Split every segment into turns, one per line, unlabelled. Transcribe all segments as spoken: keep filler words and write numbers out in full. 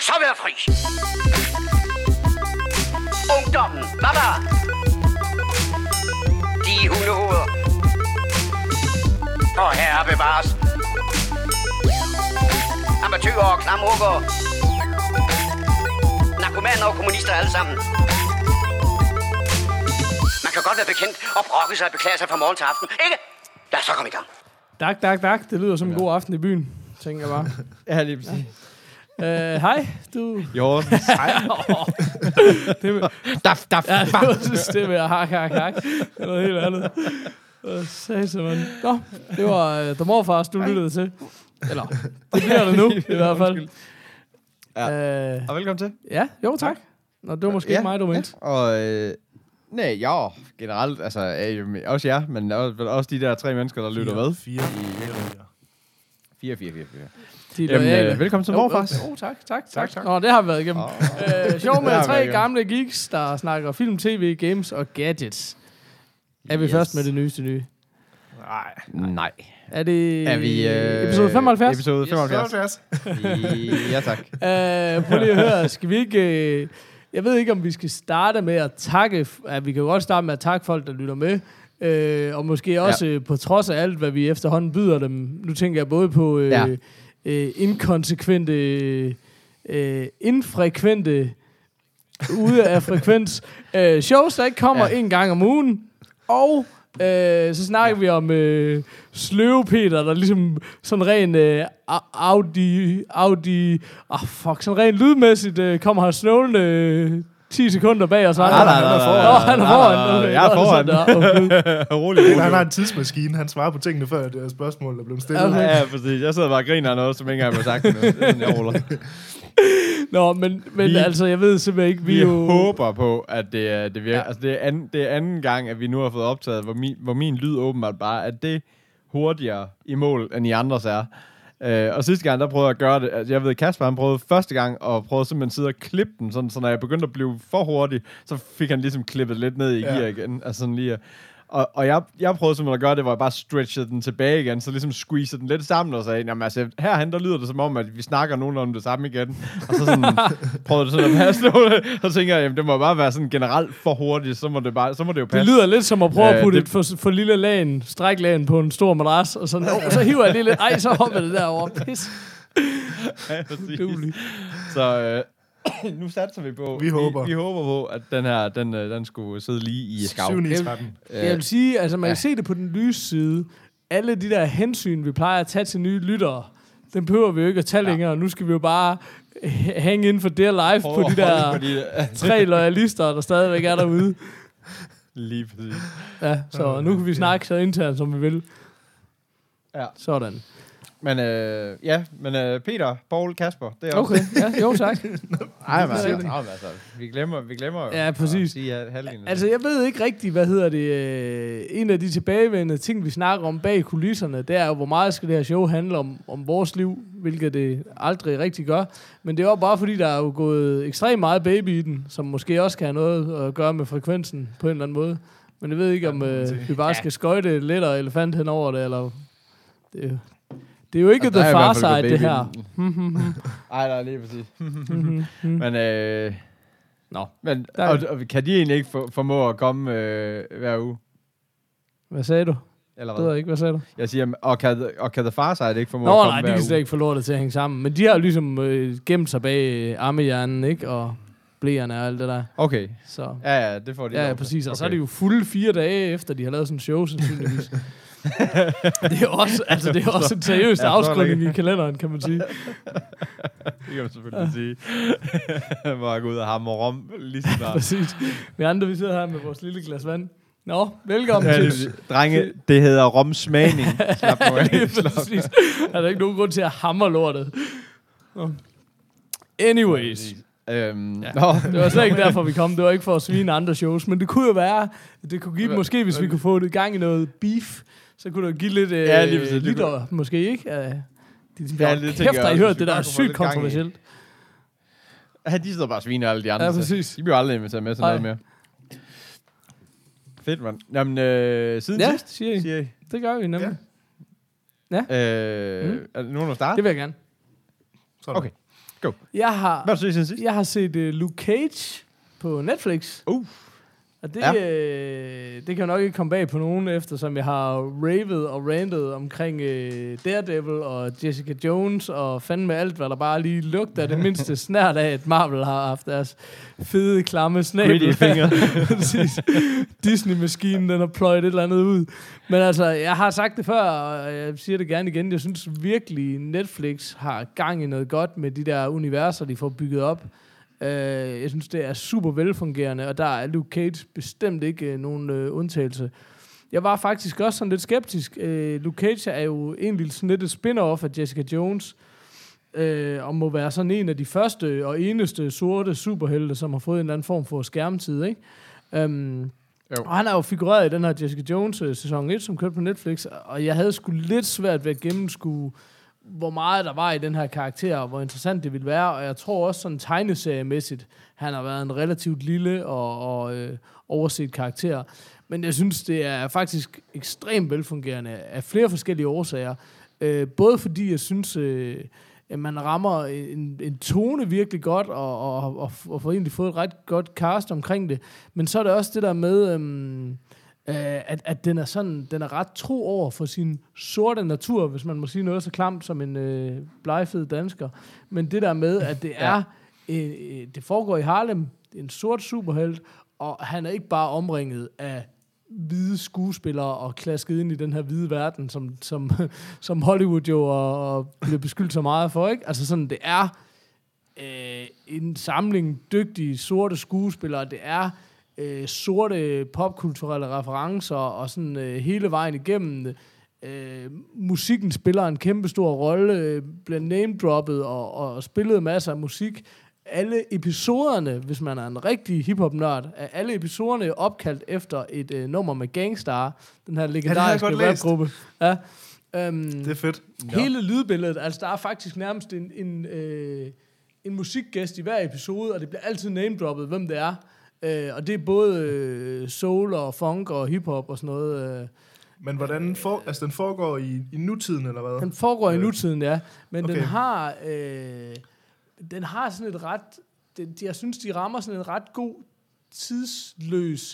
det så være fri. Ungdommen, baba. De hundehoveder. Og herre bevares. Amatøger og klamrukker. Narkomaner og kommunister alle sammen. Man kan godt være bekendt og brokke sig og beklage sig fra morgen til aften, ikke? Lad os så komme i gang.
Dak, dak, dak. Det lyder som en god aften i byen, tænker jeg bare.
Ja, lige præcis.
Uh, hej, du...
Jo, hej.
det med...
Daf, daf,
ja, det var synes, det med hak, hak, hak. Det var helt andet. Uh, sagde man. Nå, det var uh, The Morfars, du lyttede til. Eller, det bliver det nu, i hvert fald.
Ja.
Uh,
og velkommen til.
Ja, jo tak. Nå, det var måske
ja,
ikke mig, du mente.
Ja. Og... Øh, nej, ja, generelt, altså, øh, også jer, men også, også de der tre mennesker, der lytter med.
Fire, fire,
fire, fire, fire, fire.
De
Jamen, øh, velkommen til Morfars.
Oh, oh, oh, tak, tak, tak, tak. Nå, det har vi været igennem. Oh. Øh, sjov med tre gamle geeks, der snakker film, tv, games og gadgets. Er vi yes. først med det nyeste nye?
Nej. Nej.
Er det
er vi, øh,
episode femoghalvfjerds?
Episode femoghalvfjerds. Yes. Ja, tak.
Øh, prøv lige at høre, skal vi ikke... Øh, jeg ved ikke, om vi skal starte med at takke... Ja, vi kan godt starte med at takke folk, der lytter med. Øh, og måske også ja. øh, på trods af alt, hvad vi efterhånden byder dem. Nu tænker jeg både på øh, ja. øh, inkonsekvente, øh, infrekvente, ude af frekvens, øh, shows, der ikke kommer ja. en gang om ugen. Og øh, så snakker ja. vi om øh, Sløve Peter, der ligesom sådan ren øh, Audi, Audi, ah oh fuck, sådan ren lydmæssigt øh, kommer her snålende øh, ti sekunder bag os.
Nej, nej, nej, nej,
nej. Han er foran.
Jeg er foran.
Rolig. Han har en tidsmaskine. Han svarer på tingene før det er spørgsmål, der blev stillet.
Okay. Ja, præcis. Jeg sidder bare og griner af noget, som ikke engang har sagt noget. Det er sådan, jeg ruller.
Nå, men, men vi, altså, jeg ved simpelthen ikke, vi,
vi
jo...
håber på, at det, det virker. Ja. Altså, det er, anden, det er anden gang, at vi nu har fået optaget, hvor min, hvor min lyd åbenbart bare, at det hurtigere i mål, end I andres er. Uh, og sidste gang, der prøvede jeg at gøre det. Altså, jeg ved, Kasper, han prøvede første gang, og prøvede simpelthen at sidde og klippe den, sådan, så når jeg begyndte at blive for hurtig, så fik han ligesom klippet lidt ned i ja. gear igen. Altså sådan lige... Og, og jeg, jeg prøvede simpelthen at gøre det, hvor jeg bare stretchede den tilbage igen, så ligesom squeezede den lidt sammen og sagde, jamen altså, herhen der lyder det som om, at vi snakker nogen om det samme igen. Og så sådan, prøvede det sådan at passe noget, så tænker jeg, jamen det må bare være sådan generelt for hurtigt, så må det, bare, så må det jo passe.
Det lyder lidt som at prøve at putte uh, det... et for, for lille lagen, stræklagen på en stor madras, og sådan, oh, så hiver jeg lige lidt, ej, så hopper det derovre, pis.
Ja, præcis. Så... Øh, nu satser vi på.
Vi håber.
Vi, vi håber på, at den her, den, den skulle sidde lige i skav.
syv ni tretten.
Jeg, jeg vil sige, altså man ja. kan se det på den lyse side. Alle de der hensyn, vi plejer at tage til nye lyttere, den behøver vi jo ikke at tage ja. længere. Nu skal vi jo bare hænge inden for Dear Life på de der de, tre loyalister, der stadigvæk er derude.
Lige præcis.
Ja, så nu kan vi snakke så internt, som vi vil.
Ja.
Sådan.
Men øh, ja, men øh, Peter, Paul, Kasper, det er
okay.
også...
Okay, ja, jo tak.
Ej, men altså, altså, vi glemmer, vi glemmer
ja, præcis.
at sige halvdelen.
Altså, jeg ved ikke rigtigt, hvad hedder det, øh, en af de tilbagevendende ting, vi snakker om bag kulisserne, det er jo, hvor meget skal det her show handle om, om vores liv, hvilket det aldrig rigtig gør. Men det er jo bare fordi, der er jo gået ekstremt meget baby i den, som måske også kan have noget at gøre med frekvensen på en eller anden måde. Men jeg ved ikke, om øh, vi bare ja. skal skøjte et lettere elefant hen over det, eller... Det, Det er jo ikke altså, The Far Side, det her.
Ej, der er lige præcis. Men, øh...
Nå.
Men, og, og kan de egentlig ikke for, formå at komme øh, hver uge?
Hvad sagde du?
Eller
hvad? Det ved jeg ikke, hvad sagde du?
Jeg siger, og kan, og kan The Far Side ikke formå
Nå,
at komme
nej,
hver uge?
de kan slet ikke få lortet til at hænge sammen. Men de har jo ligesom øh, gemt sig bag øh, armehjernen, ikke? Og blæerne og alt det der.
Okay.
Så.
Ja, ja, det får de.
Ja, ja præcis. Og okay. så er det jo fulde fire dage efter, de har lavet sådan en show, sandsynligvis. det er også, altså det er også en seriøs ja, afskrivning i kalenderen, kan man sige.
Det kan man selvfølgelig ja. sige. Hvor jeg går ud og hammer rom lige snart.
Ja, præcis. Vi andre, vi sidder her med vores lille glas vand. Nå, velkommen
ja,
til...
Drenge, det hedder romsmagning. Slap nu af.
Præcis. Er der ikke nogen grund til at hamre lortet? Anyways.
Øhm,
ja. Nå. Det var slet ikke derfor, vi kom. Det var ikke for at svine andre shows. Men det kunne jo være... Det kunne give, måske, hvis vi kunne få det i gang i noget beef, så kunne det give lidt... Øh,
ja, lige præcis.
Liter, måske ikke? Uh, de,
ja,
det kæft, har I hørt det der er sygt kontroversielt.
Ja, de sidder bare og sviner alle de andre.
Ja, præcis.
De bliver aldrig inviteret med sådan noget mere. Fedt, mand. Jamen, øh, siden
ja,
sidst,
siger I. siger I. Det gør vi nemlig.
Ja. ja. Øh, mm. Er det nogen, der starter?
Det vil jeg gerne.
Sådan. Okay. Go.
Jeg har,
Hvad har du set siden sidst?
jeg har set uh, Luke Cage på Netflix.
Uh.
Og det,
Ja.
øh, det kan jo nok ikke komme bag på nogen, eftersom jeg har ravet og rantet omkring øh, Daredevil og Jessica Jones og fandme alt, hvad der bare lige lugter det mindste snært af, at Marvel har haft deres fede, klamme snabel.
Gritty finger.
Disney-maskinen, den har pløjet et eller andet ud. Men altså, jeg har sagt det før, og jeg siger det gerne igen. Jeg synes virkelig, Netflix har gang i noget godt med de der universer, de får bygget op. Uh, jeg synes, det er super velfungerende, og der er Luke Cage bestemt ikke uh, nogen uh, undtagelse. Jeg var faktisk også sådan lidt skeptisk. Uh, Luke Cage er jo egentlig sådan lidt et spin-off af Jessica Jones, uh, og må være sådan en af de første og eneste sorte superhelte, som har fået en eller anden form for skærmtid, ikke? Um, og han er jo figureret i den her Jessica Jones uh, sæson et, som kørte på Netflix, og jeg havde sgu lidt svært ved at gennemskue, hvor meget der var i den her karakter, og hvor interessant det ville være, og jeg tror også sådan tegneseriemæssigt, han har været en relativt lille og, og øh, overset karakter. Men jeg synes, det er faktisk ekstremt velfungerende af flere forskellige årsager. Øh, både fordi jeg synes, øh, at man rammer en, en tone virkelig godt, og, og, og, og får egentlig fået et ret godt cast omkring det. Men så er det også det der med... Øh, Uh, at, at den er sådan, den er ret tro over for sin sorte natur, hvis man må sige noget så klamt som en uh, blegfed dansker. Men det der med, at det er, uh, uh, det foregår i Harlem, en sort superhelt, og han er ikke bare omringet af hvide skuespillere og klasket ind i den her hvide verden, som, som, som Hollywood jo og, og bliver beskyldt så meget for, ikke? Altså sådan, det er uh, en samling dygtige sorte skuespillere, det er Øh, sorte popkulturelle referencer og sådan øh, hele vejen igennem. Øh, musikken spiller en kæmpe stor rolle, øh, bliver name-droppet og, og spillet masser af musik. Alle episoderne, hvis man er en rigtig hiphop-nørd, er alle episoderne opkaldt efter et øh, nummer med Gangstar, den her legendariske
ja,
rapgruppe. Ja. Øhm,
det er fedt.
Hele ja. Lydbilledet, altså der er faktisk nærmest en, en, øh, en musikgæst i hver episode, og det bliver altid name-droppet, hvem det er. Uh, og det er både uh, soul og funk og hiphop og sådan noget. Uh,
Men hvordan for, altså den foregår i, i nutiden, eller hvad?
Den foregår uh, i nutiden, ja. Men
okay.
den har uh, den har sådan et ret... Den, jeg synes, de rammer sådan en ret god, tidsløs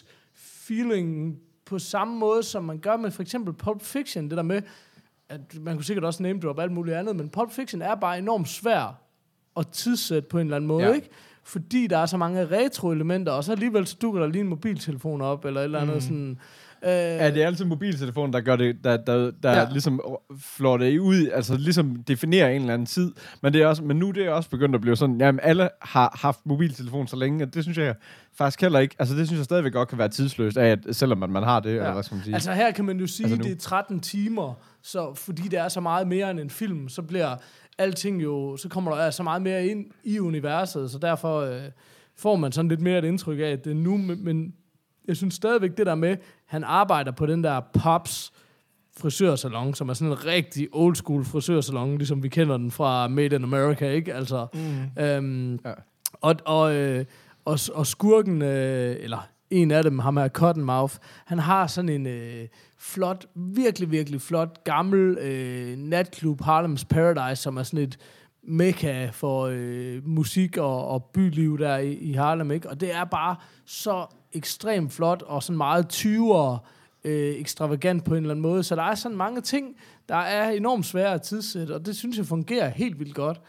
feeling på samme måde, som man gør med for eksempel Pulp Fiction. Det der med, at man kunne sikkert også name drop alt muligt andet, men Pulp Fiction er bare enormt svær at tidssætte på en eller anden måde, ja. Ikke? Fordi der er så mange retro-elementer, og så alligevel så dukker der lige en mobiltelefon op, eller et eller andet mm. sådan... Øh,
er det altid mobiltelefonen, der gør det, der, der, der ja. ligesom flår det ud, altså ligesom definerer en eller anden tid, men, det er også, men nu det er også begyndt at blive sådan, jamen alle har haft mobiltelefon så længe, og det synes jeg faktisk heller ikke, altså det synes jeg stadigvæk godt kan være tidsløst, af at, selvom man, man har det, ja. Eller hvad skal man sige.
Altså her kan man jo sige,
altså
det er tretten timer, så fordi det er så meget mere end en film, så bliver alting jo, så kommer der så meget mere ind i universet, så derfor øh, får man sådan lidt mere et indtryk af, at det er nu, men jeg synes stadigvæk det der med, han arbejder på den der Pops frisørsalon, som er sådan en rigtig old school frisørsalon, ligesom vi kender den fra Made in America, ikke? Altså, mm. øhm, ja. og, og, øh, og, og skurken, øh, eller en af dem, ham her Cottonmouth, han har sådan en øh, flot, virkelig, virkelig flot, gammel øh, natklub, Harlem's Paradise, som er sådan et mekka for øh, musik og, og byliv der i, i Harlem, ikke? Og det er bare så ekstremt flot og sådan meget tyvere øh, ekstravagant på en eller anden måde. Så der er sådan mange ting, der er enormt svære at tidssætte, og det synes jeg fungerer helt vildt godt.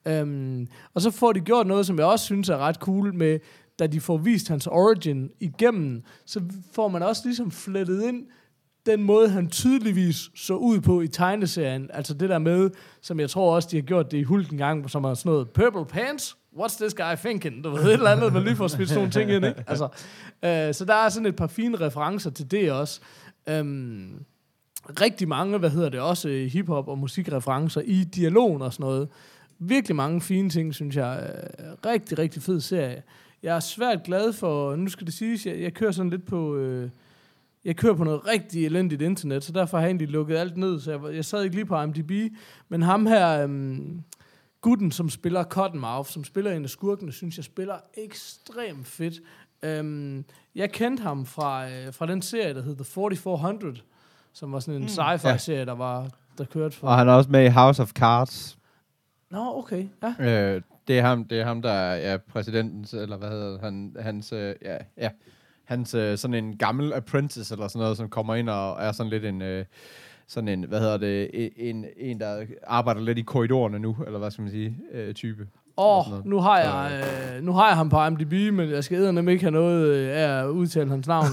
Um, og så får de gjort noget, som jeg også synes er ret cool med, da de får vist hans origin igennem, så får man også ligesom flettet ind den måde, han tydeligvis så ud på i tegneserien. Altså det der med, som jeg tror også, de har gjort det i Hulk en gang, som er sådan noget purple pants, what's this guy thinking? Du ved, et eller andet, man lige får smidt sådan nogle ting ind, ikke? Altså, øh, så der er sådan et par fine referencer til det også. Øhm, rigtig mange, hvad hedder det, også hiphop og musikreferencer i dialogen og sådan noget. Virkelig mange fine ting, synes jeg. Rigtig, rigtig fed serie. Jeg er svært glad for, nu skal det siges, jeg, jeg kører sådan lidt på... Øh, Jeg kører på noget rigtig elendigt internet, så derfor har jeg egentlig lukket alt ned, så jeg, jeg sad ikke lige på I M D B, men ham her, øhm, gutten, som spiller Cottonmouth, som spiller en af skurkene, synes jeg spiller ekstremt fedt. Øhm, jeg kendte ham fra, øh, fra den serie, der hed The forty-four hundred, som var sådan en mm. sci-fi-serie, der var der kørte for.
Og han er også med i House of Cards.
Nå, okay, ja.
Øh, Det er ham, det er ham der er præsidentens, eller hvad hedder han, hans, øh, ja, ja, hans øh, sådan en gammel apprentice, eller sådan noget, som kommer ind og er sådan lidt en, øh, sådan en, hvad hedder det, en, en, der arbejder lidt i korridorerne nu, eller hvad skal man sige, øh, type.
Åh, oh, nu har jeg øh, nu har jeg ham på I M D B, men jeg skal eddernemig ikke have noget øh, af at udtale hans navn.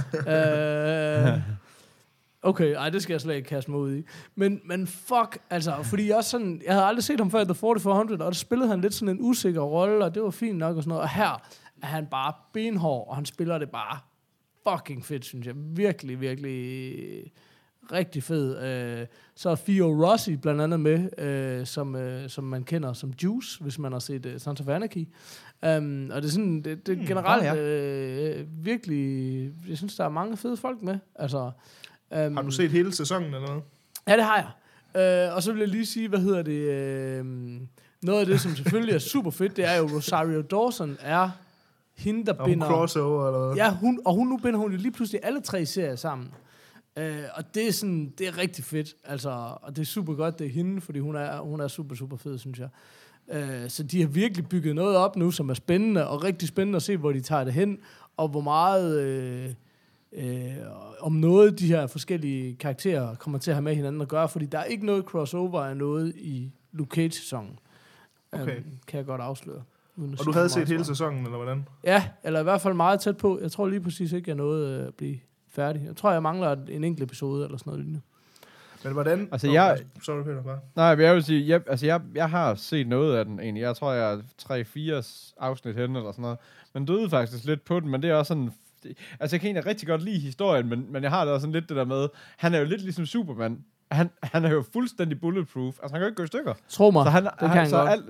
øh, okay, ej, det skal jeg slet ikke kaste mig ud i. Men, men fuck, altså, fordi jeg også sådan, jeg havde aldrig set ham før i The forty-four hundred, og der spillede han lidt sådan en usikker rolle, og det var fint nok og sådan noget. Og her er han bare benhård, og han spiller det bare fucking fedt, synes jeg. Virkelig, virkelig rigtig fed. Øh, så er Theo Rossi blandt andet med, øh, som, øh, som man kender som Juice, hvis man har set uh, Sons of Anarchy. Um, og det er sådan, det, det er generelt mm, ja. øh, virkelig, jeg synes, der er mange fede folk med. Altså, um,
har du set hele sæsonen eller noget?
Ja, det har jeg. Uh, og så vil jeg lige sige, hvad hedder det, uh, noget af det, som selvfølgelig er super fedt, det er jo, Rosario Dawson er hende, der
og
binder...
Hun crossover eller hvad?
Ja, hun, og hun, nu binder hun jo lige pludselig alle tre serier sammen. Uh, og det er sådan, det er rigtig fedt, altså, og det er super godt, det er hende, fordi hun er, hun er super, super fed, synes jeg. Uh, så de har virkelig bygget noget op nu, som er spændende, og rigtig spændende at se, hvor de tager det hen, og hvor meget, uh, uh, om noget de her forskellige karakterer kommer til at have med hinanden at gøre, fordi der er ikke noget crossover af noget i Luke Cage-sæsonen.
Okay.
Um, kan jeg godt afsløre.
Og du havde set hele sæsonen, eller hvordan?
Ja, eller i hvert fald meget tæt på. Jeg tror lige præcis ikke, jeg nåede at blive færdig. Jeg tror, jeg mangler en enkelt episode eller sådan noget lignende.
Men hvordan...
Altså, jeg...
Sorry, Peter, bare.
Nej, jeg vil sige, jeg, altså, jeg, jeg har set noget af den egentlig. Jeg tror, jeg er tre-fire afsnit henne eller sådan noget. Men døde faktisk lidt på den, men det er også sådan... Det, altså, jeg kan egentlig rigtig godt lide historien, men, men jeg har det også sådan lidt det der med... Han er jo lidt ligesom Superman. Han, han er jo fuldstændig bulletproof. Altså, han kan jo ikke gå i stykker.
Tro mig,
så han,
det kan
han,
han
så
godt.
Alt,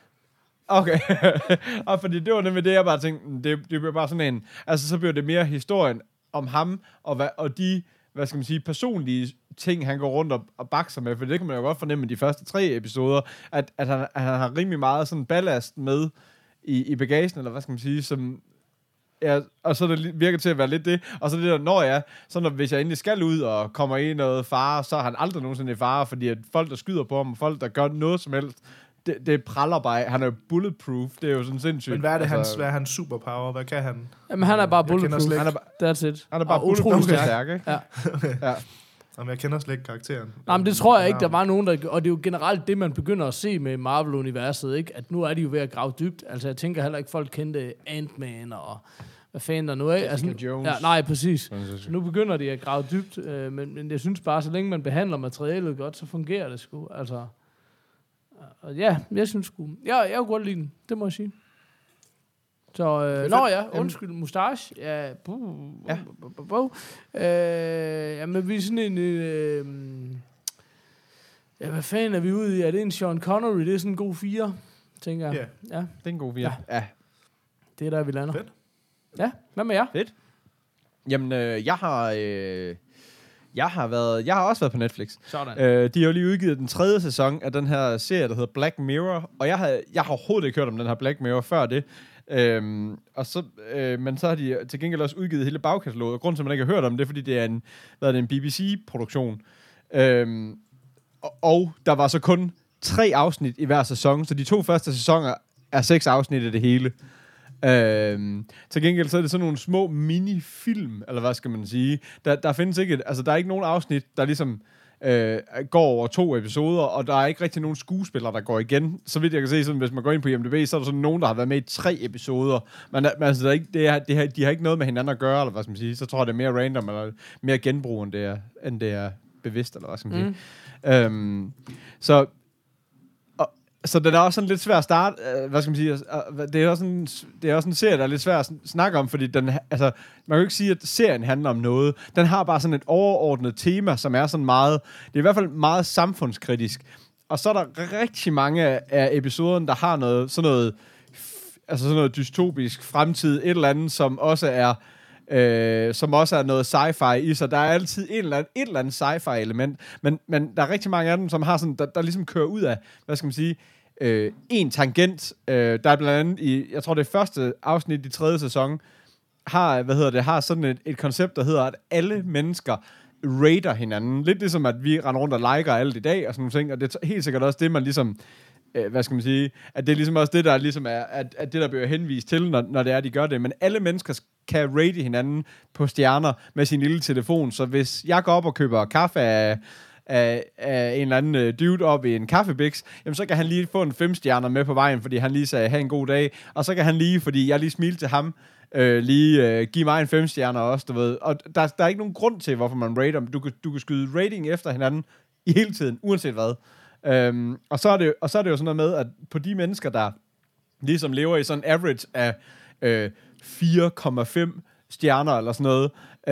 okay. Og fordi det var nemlig det, jeg bare tænkte, det, det bliver bare sådan en... Altså, så bliver det mere historien om ham, og, hvad, og de, hvad skal man sige, personlige ting, han går rundt og, og bakser med, for det kan man jo godt fornemme i de første tre episoder, at, at, han, at han har rimelig meget sådan ballast med i, i bagagen, eller hvad skal man sige, som... Ja, og så det virker til at være lidt det, og så det der, når jeg, så når, hvis jeg endelig skal ud og kommer i noget fare, så er han aldrig nogensinde i fare, fordi at folk, der skyder på ham, folk, der gør noget som helst, det, det praller bare. Han er jo bulletproof, det er jo sådan sindssygt.
Men hvad er det,
altså,
hans, hvad er hans superpower? Hvad kan han?
Jamen, han er bare bulletproof.
Han
er ba- That's it.
Han er bare
og
bulletproof
stærk.
stærk, ikke?
Ja.
Okay.
Ja.
Jamen, jeg kender slet ikke karakteren.
Nej, men det tror jeg ikke, der var nogen, der... Og det er jo generelt det, man begynder at se med Marvel-universet, ikke? At nu er de jo ved at grave dybt. Altså, jeg tænker heller ikke, folk kendte Ant-Man og... Hvad fanden der nu er? Altså,
Jones.
ja, nej, præcis. Så nu begynder de at grave dybt, øh, men, men jeg synes bare, så længe man behandler materialet godt, så fungerer det sgu. Altså, og ja, jeg synes sgu... Ja, jeg kunne godt lide den, det må jeg sige. Så, øh, nå ja, undskyld, mustache. Ja, buh,
ja.
Buh, buh, buh. Øh, ja, men vi er sådan en... Øh, ja, hvad fanden er vi ude i? Er det en Sean Connery? Det er sådan en god fire, tænker jeg.
Yeah.
Ja,
Det er en god fire. Ja. ja.
det er der, vi lander.
Fedt.
Ja, hvad med jer?
Fedt. Jamen, øh, jeg har... Øh, jeg har været... Jeg har også været på Netflix.
Sådan.
Øh, de har jo lige udgivet den tredje sæson af den her serie, der hedder Black Mirror. Og jeg har, jeg har overhovedet ikke hørt om den her Black Mirror før det. Øhm, og så, øh, men så har de til gengæld også udgivet hele bagkataloget. Og grunden til, at man ikke har hørt om det, er, fordi det er en, hvad er det, en B B C-produktion. Øhm, og, og der var så kun tre afsnit i hver sæson. Så de to første sæsoner er seks afsnit af det hele. Øhm, til gengæld så er det sådan nogle små mini-film, eller hvad skal man sige. Der, der findes ikke, et, altså der er ikke nogen afsnit, der ligesom øh, går over to episoder, og der er ikke rigtig nogen skuespillere, der går igen. Så vidt jeg kan se, sådan, hvis man går ind på I M D B, så er der sådan nogen, der har været med i tre episoder. Men, men altså, der er ikke, det er, det er, de har ikke noget med hinanden at gøre, eller hvad skal man sige. Så tror jeg, det er mere random, eller mere genbrug, end det er, end det er bevidst, eller hvad skal man sige. Mm. Øhm, så Så det er også sådan lidt svært at starte, øh, hvad skal man sige, øh, det er også en, det er også en serie, der er lidt svært at snakke om, fordi den, altså, man kan jo ikke sige, at serien handler om noget. Den har bare sådan et overordnet tema, som er sådan meget, det er i hvert fald meget samfundskritisk. Og så er der rigtig mange af episoderne, der har noget, sådan noget, altså sådan noget dystopisk fremtid, et eller andet, som også er, Øh, som også er noget sci-fi i sig. Der er altid en eller anden, et eller andet sci-fi element, men, men der er rigtig mange af dem, som har sådan, der, der ligesom kører ud af, hvad skal man sige, øh, en tangent. Øh, der er blandt andet i, jeg tror det første afsnit i tredje sæson, har, hvad hedder det, har sådan et, et koncept, der hedder, at alle mennesker raider hinanden. Lidt ligesom, at vi render rundt og liker alt i dag, og sådan nogle ting, og det er helt sikkert også det, man ligesom øh, hvad skal man sige, at det er ligesom også det, der ligesom er, at, at det, der bliver henvist til, når, når det er, de gør det. Men alle mennesker kan rate hinanden på stjerner med sin lille telefon, så hvis jeg går op og køber kaffe af, af, af en eller anden dude op i en kaffebiks, jamen så kan han lige få en fem stjerner med på vejen, fordi han lige sagde, have en god dag, og så kan han lige, fordi jeg lige smilte til ham, øh, lige øh, give mig en fem stjerner også, du ved. Og der, der er ikke nogen grund til, hvorfor man rater. Du kan, du kan skyde rating efter hinanden i hele tiden, uanset hvad. Øhm, og, så er det, og så er det jo sådan noget med, at på de mennesker, der ligesom lever i sådan en average af øh, fire komma fem stjerner eller sådan noget,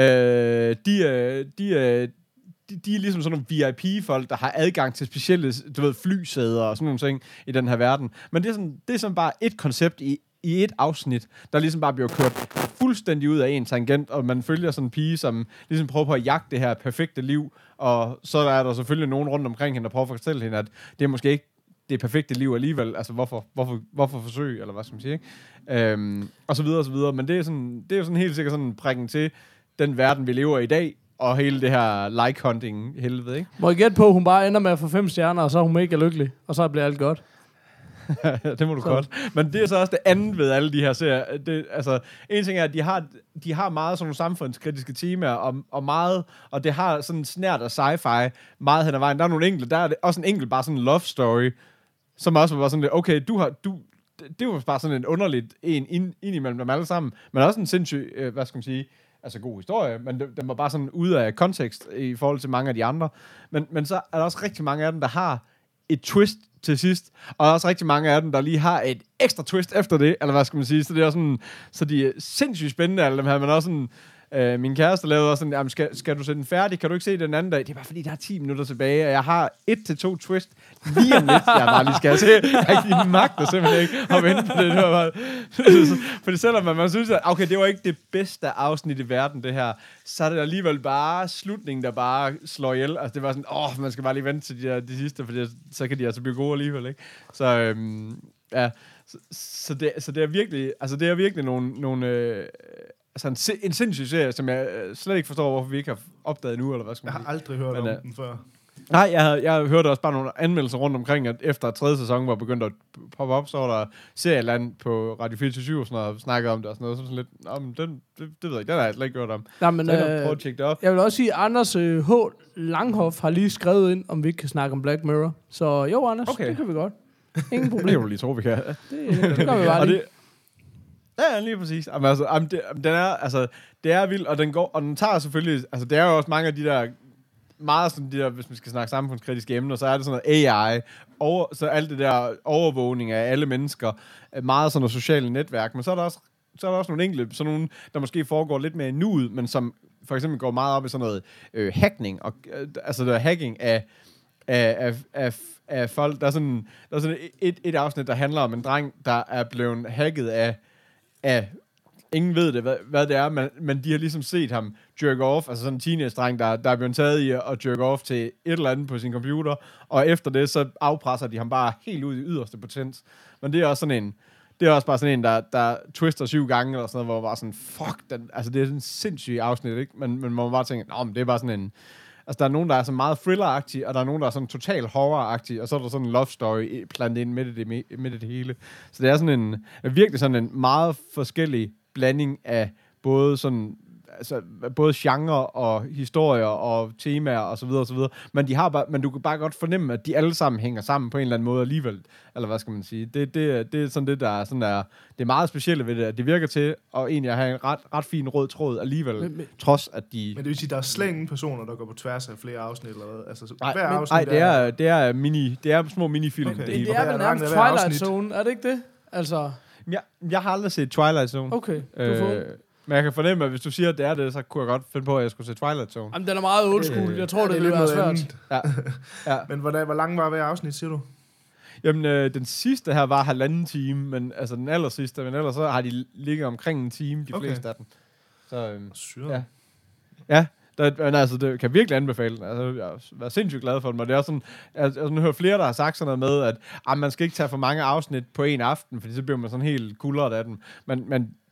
øh, de, øh, de, øh, de, de er ligesom sådan nogle V I P-folk, der har adgang til specielle, du ved, flysæder og sådan nogle ting i den her verden. Men det er sådan, det er sådan bare et koncept i, i et afsnit, der ligesom bare bliver kørt fuldstændig ud af en tangent, og man følger sådan en pige, som ligesom prøver på at jagte det her perfekte liv, og så er der selvfølgelig nogen rundt omkring hende, der prøver at fortælle hende, at det er måske ikke det perfekte liv alligevel, altså hvorfor, hvorfor, hvorfor forsøge, eller hvad skal man sige, ikke? Øhm, og så videre, og så videre, men det er, sådan, det er jo sådan helt sikkert sådan en prikken til den verden, vi lever i i dag, og hele det her like-hunting helvede, ikke?
Må jeg gætte på, at hun bare ender med at få fem stjerner, og så er hun mega lykkelig, og så bliver alt godt.
Det må du
så.
godt. Men det er så også det andet ved alle de her serier. Det, altså, en ting er, at de har, de har meget sådan nogle samfundskritiske temaer, og, og meget, og det har sådan snært af sci-fi meget hen ad vejen. Der er nogle enkelte, der er det også en enkelt bare sådan en love story, som også var sådan lidt, okay, du har, du, det var bare sådan en underligt en ind, ind imellem dem alle sammen, men også en sindssyg, øh, hvad skal man sige, altså god historie, men den, den var bare sådan ude af kontekst i forhold til mange af de andre. Men, men så er der også rigtig mange af dem, der har et twist til sidst, og der er også rigtig mange af dem, der lige har et ekstra twist efter det, eller hvad skal man sige, så det er sådan, så de er sindssygt spændende, alle dem her, men også sådan, øh, min kæreste lavede også sådan, jamen, skal, skal du sætte den færdig, kan du ikke se den anden dag? Det er bare fordi, der er ti minutter tilbage, og jeg har et til to twist lige om lidt, jeg bare lige skal se. Jeg har ikke lige magter simpelthen ikke at vente på det. Det var bare, fordi selvom man, man synes, at okay, det var ikke det bedste afsnit i verden, det her, så er det alligevel bare slutningen, der bare slår ihjel. Altså det var sådan, åh, man skal bare lige vente til de, der, de sidste, for så kan de altså blive gode alligevel, ikke? Så øhm, ja, så, så, det, så det er virkelig, altså det er virkelig nogle, nogle øh, altså en, en sindssyg serie, som jeg øh, slet ikke forstår, hvorfor vi ikke har opdaget nu, eller hvad skal man sige.
Jeg har aldrig hørt Men, om uh, den før.
Nej, jeg, jeg hørte også bare nogle anmeldelser rundt omkring, at efter tredje sæson var begyndt at poppe op, så var der Serieland på Radio fireogtyve og sådan noget, og snakkede om det og sådan noget, så sådan lidt, Nå, men den, det, det ved jeg ikke, den har jeg slet ikke hørt om.
Nej, men,
så jeg kan
øh,
prøve at tjekke det op.
Jeg vil også sige, at Anders øh, H. Langhoff har lige skrevet ind, om vi ikke kan snakke om Black Mirror. Så jo, Anders, okay. Det kan vi godt. Ingen problem.
Det kan du lige tro, vi kan.
Det, det gør vi bare lige.
Ja, lige præcis. Jamen, altså, jamen, det, den er, altså, det er vildt, og den går, og den tager selvfølgelig, altså, det er jo også mange af de der, meget sådan de der, hvis man skal snakke samfundskritiske emner, så er det sådan noget A I, over, så alt det der overvågning af alle mennesker, meget sådan noget sociale netværk, men så er der også, så er der også nogle enkelte, sådan nogle, der måske foregår lidt mere i nuet, men som for eksempel går meget op i sådan noget øh, hackning, og, øh, altså der hacking af, af, af, af, af folk. Der er sådan, der er sådan et, et afsnit, der handler om en dreng, der er blevet hacket af af, ingen ved det, hvad, hvad det er, men, men de har ligesom set ham jerk off, altså sådan en teenage-dreng, der, der er blevet taget i at jerk off til et eller andet på sin computer, og efter det, så afpresser de ham bare helt ud i yderste potens. Men det er også sådan en, det er også bare sådan en, der, der twister syv gange, eller sådan noget, hvor man bare sådan, fuck, den, altså det er sådan en sindssyg afsnit, ikke? Men, men man bare tænker, nå, men det er bare sådan en, altså der er nogen, der er så meget thriller-agtig, og der er nogen, der er sådan total horror-agtig, og så er der sådan en love story plantet ind midt i det, midt i det hele. Så det er sådan en, virkelig sådan en meget forskellig blanding af både sådan, altså både genre og historier og temaer og så videre og så videre. Men de har bare, men du kan bare godt fornemme, at de alle sammen hænger sammen på en eller anden måde alligevel. Eller hvad skal man sige? Det, det, det er sådan det, der er sådan der, det er meget specielle ved det, at det virker til at egentlig have en ret, ret fin rød tråd alligevel, men, men, trods at de...
Men det vil sige, der er slet ingen personer, der går på tværs af flere afsnit eller hvad? Altså,
nej,
hver
men,
afsnit
ej, det er, det er mini, det er små minifilm.
Okay.
Det,
det,
det
er vel nærmest Twilight Zone, er det ikke det? Altså...
Jeg, jeg har aldrig set Twilight Zone.
Okay, du
øh,
får...
Men jeg kan fornemme, at hvis du siger, at det er det, så kunne jeg godt finde på, at jeg skulle se Twilight Zone.
Jamen, den er meget old school. Jeg tror, ja, det, det ville være svært.
Ja. Ja.
Men hvor, hvor lang var hver afsnit, siger du?
Jamen, øh, den sidste her var halvanden time, men altså den aller sidste, men ellers så har de ligget omkring en time, de okay. fleste af dem. Så, øhm,
Syret.
ja. Ja, der, men altså, det kan jeg virkelig anbefale den. Altså, jeg er sindssygt glad for den, og det er også sådan, jeg, jeg har hørt flere, der har sagt sådan noget med, at ah, man skal ikke tage for mange afsnit på en aften, fordi så bliver man sådan helt kuldret af dem. Men, men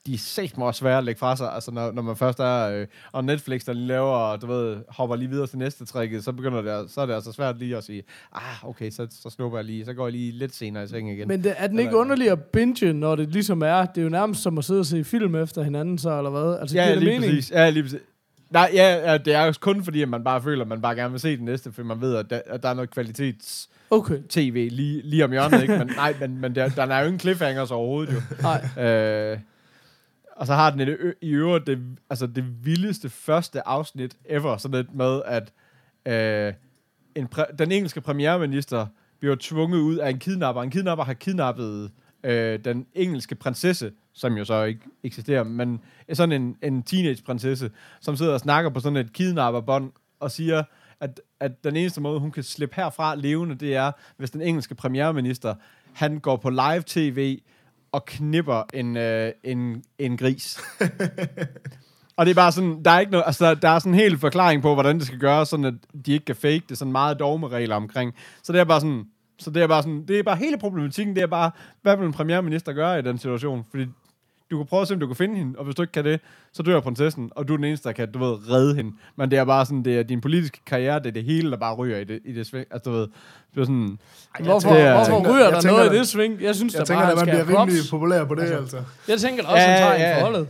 de er sæt mig svære at lægge fra sig, altså når, når man først er, øh, og Netflix, der lige laver, du ved, hopper lige videre til næste tricket, så begynder det, så er det altså svært lige at sige, ah, okay, så, så snupper jeg lige, så går jeg lige lidt senere i seng igen.
Men det, er den ikke underlig at binge, når det ligesom er, det er jo nærmest som at sidde og se film efter hinanden, så, eller hvad? Altså,
ja,
giver det
lige
mening?
præcis. Ja, lige præcis. Nej, ja, ja, det er jo kun fordi, at man bare føler, at man bare gerne vil se den næste, fordi man ved, at der, at der er noget kvalitets
okay.
tv lige, lige om hjørnet, ikke? Men nej, men, men der, der er jo ingen cliffhangers overhovedet, jo.
Nej.
Øh, og så har den et, i øvrigt det, altså det vildeste første afsnit ever, sådan et med, at øh, en præ- den engelske premierminister bliver tvunget ud af en kidnapper. En kidnapper har kidnappet øh, den engelske prinsesse, som jo så ikke eksisterer, men sådan en, en teenage-prinsesse, som sidder og snakker på sådan et kidnapperbånd og siger, at, at den eneste måde, hun kan slippe herfra levende, det er, hvis den engelske premierminister, han går på live-tv og knipper en, øh, en, en gris. Og det er bare sådan, der er ikke noget, altså der er sådan en hel forklaring på, hvordan det skal gøres, sådan at de ikke kan fake det, sådan meget dogmeregler omkring. Så det er bare sådan, så det er bare sådan, det er bare hele problematikken, det er bare, hvad vil en premierminister gøre i den situation? Fordi du kan prøve at se, om du kan finde hende, og hvis du ikke kan det, så dør prinsessen, og du er den eneste, der kan, du ved, redde hende. Men det er bare sådan, det er din politiske karriere, det er det hele, der bare ryger i det, i det sving. Altså, du ved, det er sådan...
Ej, hvorfor,
det er,
hvorfor ryger der noget i det sving? Jeg synes,
jeg
der
tænker,
bare,
at man
skal
bliver rimelig
props.
populær på det, altså. altså.
Jeg tænker da også, ja, han tager ja, ja. en forholdet.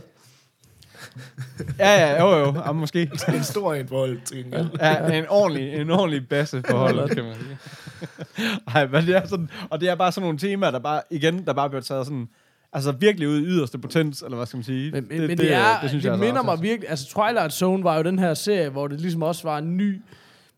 Ja, ja, jo, jo, ja, måske.
En stor en forhold, tænker jeg.
Ja, en ordentlig, en ordentlig basse forhold, kan man sige. Ej, men det er sådan, og det er bare sådan nogle temaer, der bare, igen, der bare bliver taget sådan, altså virkelig ud i yderste potens, eller hvad skal man sige.
Men, men det, det, det, er, det, synes det jeg minder mig virkelig, altså Twilight Zone var jo den her serie, hvor det ligesom også var en ny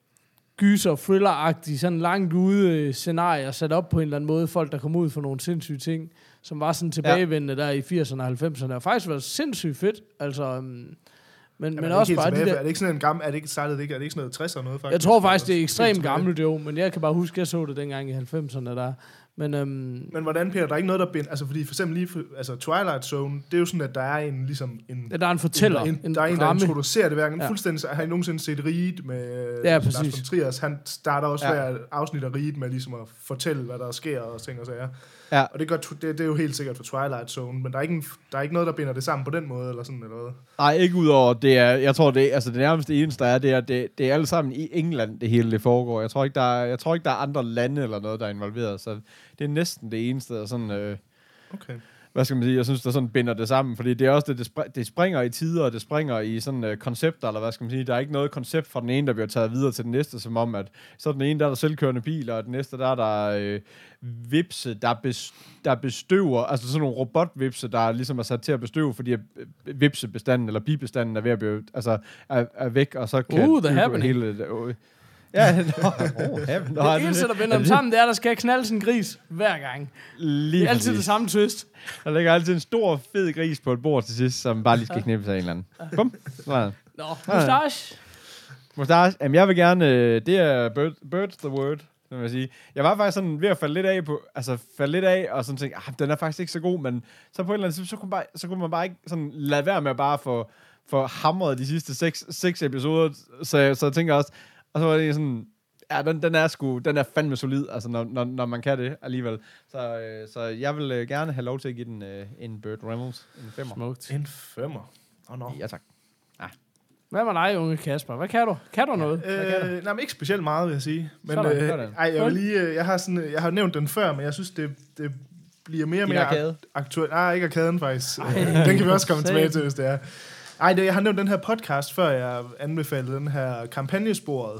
gyser, thriller-agtig, sådan langt ude scenarie, sat op på en eller anden måde, folk der kom ud for nogle sindssyge ting, som var sådan tilbagevendende ja. der i firserne og halvfemserne, og faktisk var sindssygt fedt, altså... Um, men,
ja,
men også bare
tilbage,
de der,
er det ikke sådan en gammel, er det ikke startet, ikke, er det ikke sådan noget tresser noget faktisk?
Jeg tror faktisk, det er ekstremt gammelt jo, men jeg kan bare huske, at jeg så det dengang i halvfemserne der. Men, øhm,
men hvordan, Peter, der er ikke noget, der binder... Altså, fordi for eksempel lige... For, altså, Twilight Zone, det er jo sådan, at der er en, ligesom... En,
ja, der er en fortæller.
En, en,
en
der er en, der
ramme.
introducerer det hverken.
Ja.
Fuldstændig... Har I nogensinde set Reed med...
Ja,
Lars
præcis.
von Trier? Han starter også
ja.
hver afsnit af Reed med ligesom at fortælle, hvad der sker og ting og sager.
Ja.
Og det, gør, det, det er jo helt sikkert for Twilight Zone, men der er, ikke en, der er ikke noget, der binder det sammen på den måde, eller sådan, eller hvad?
Nej, ikke udover det er, jeg tror, det, altså det nærmeste eneste, der er, det er, det, det er alle sammen i England, det hele det foregår. Jeg tror ikke, der er, jeg tror ikke, der er andre lande eller noget, der er involveret, så det er næsten det eneste, der sådan... Øh,
okay.
Hvad skal man sige? Jeg synes, der sådan binder det sammen, fordi det er også det, det, spr- det springer i tider, og det springer i sådan øh, koncepter, eller hvad skal man sige? Der er ikke noget koncept fra den ene, der bliver taget videre til den næste, som om, at så den ene, der er der selvkørende biler, og den næste, der er der øh, vipse, der, bes, der bestøver, altså sådan nogle robotvipse, der ligesom er sat til at bestøve, fordi øh, vipsebestanden, eller bibestanden er ved at blive, altså er, er væk, og så kan
uh, the happening.
hele... Øh, ja, no, oh, heaven.
Det eneste, der binder dem sammen, det er, der skal knaldes en gris hver gang.
Lige
det er altid det samme twist.
Der ligger altid en stor, fed gris på et bord til sidst, som bare lige skal knippes af en eller anden. Bum. Sådan.
Nå, mustache.
Mustache. Jamen, jeg vil gerne... Det er bird, Bird's the word, vil jeg sige. Jeg var faktisk sådan ved at falde lidt af på... Altså, falde lidt af, og sådan tænke, ah, den er faktisk ikke så god, men så på en eller anden så kunne, bare, så kunne man bare ikke sådan lade være med at bare få, få hamret de sidste seks, seks episoder. Så, så jeg tænker også... Og så var det sådan... Ja, den, den er sgu, den er fandme solid, altså når, når, når man kan det alligevel. Så, øh, så jeg vil øh, gerne have lov til at give den øh, en Burt Reynolds, en femmer.
Smukt.
En femmer? Oh, no.
Ja, tak. Ah.
Hvad med dig, unge Kasper? Hvad kan du? Kan du noget?
Øh,
Hvad kan du?
nej, men ikke specielt meget, vil jeg sige. Men,
Sådan,
øh,
sådan.
ej, jeg, vil lige, øh, jeg, har sådan, jeg har nævnt den før, men jeg synes, det, det bliver mere og mere ak- aktuelt. Nej, ikke arkaden faktisk. Ej, den kan vi også komme tilbage til, hvis det er. Ej, det, jeg har nævnt den her podcast, før jeg anbefalede den her kampagnesporet.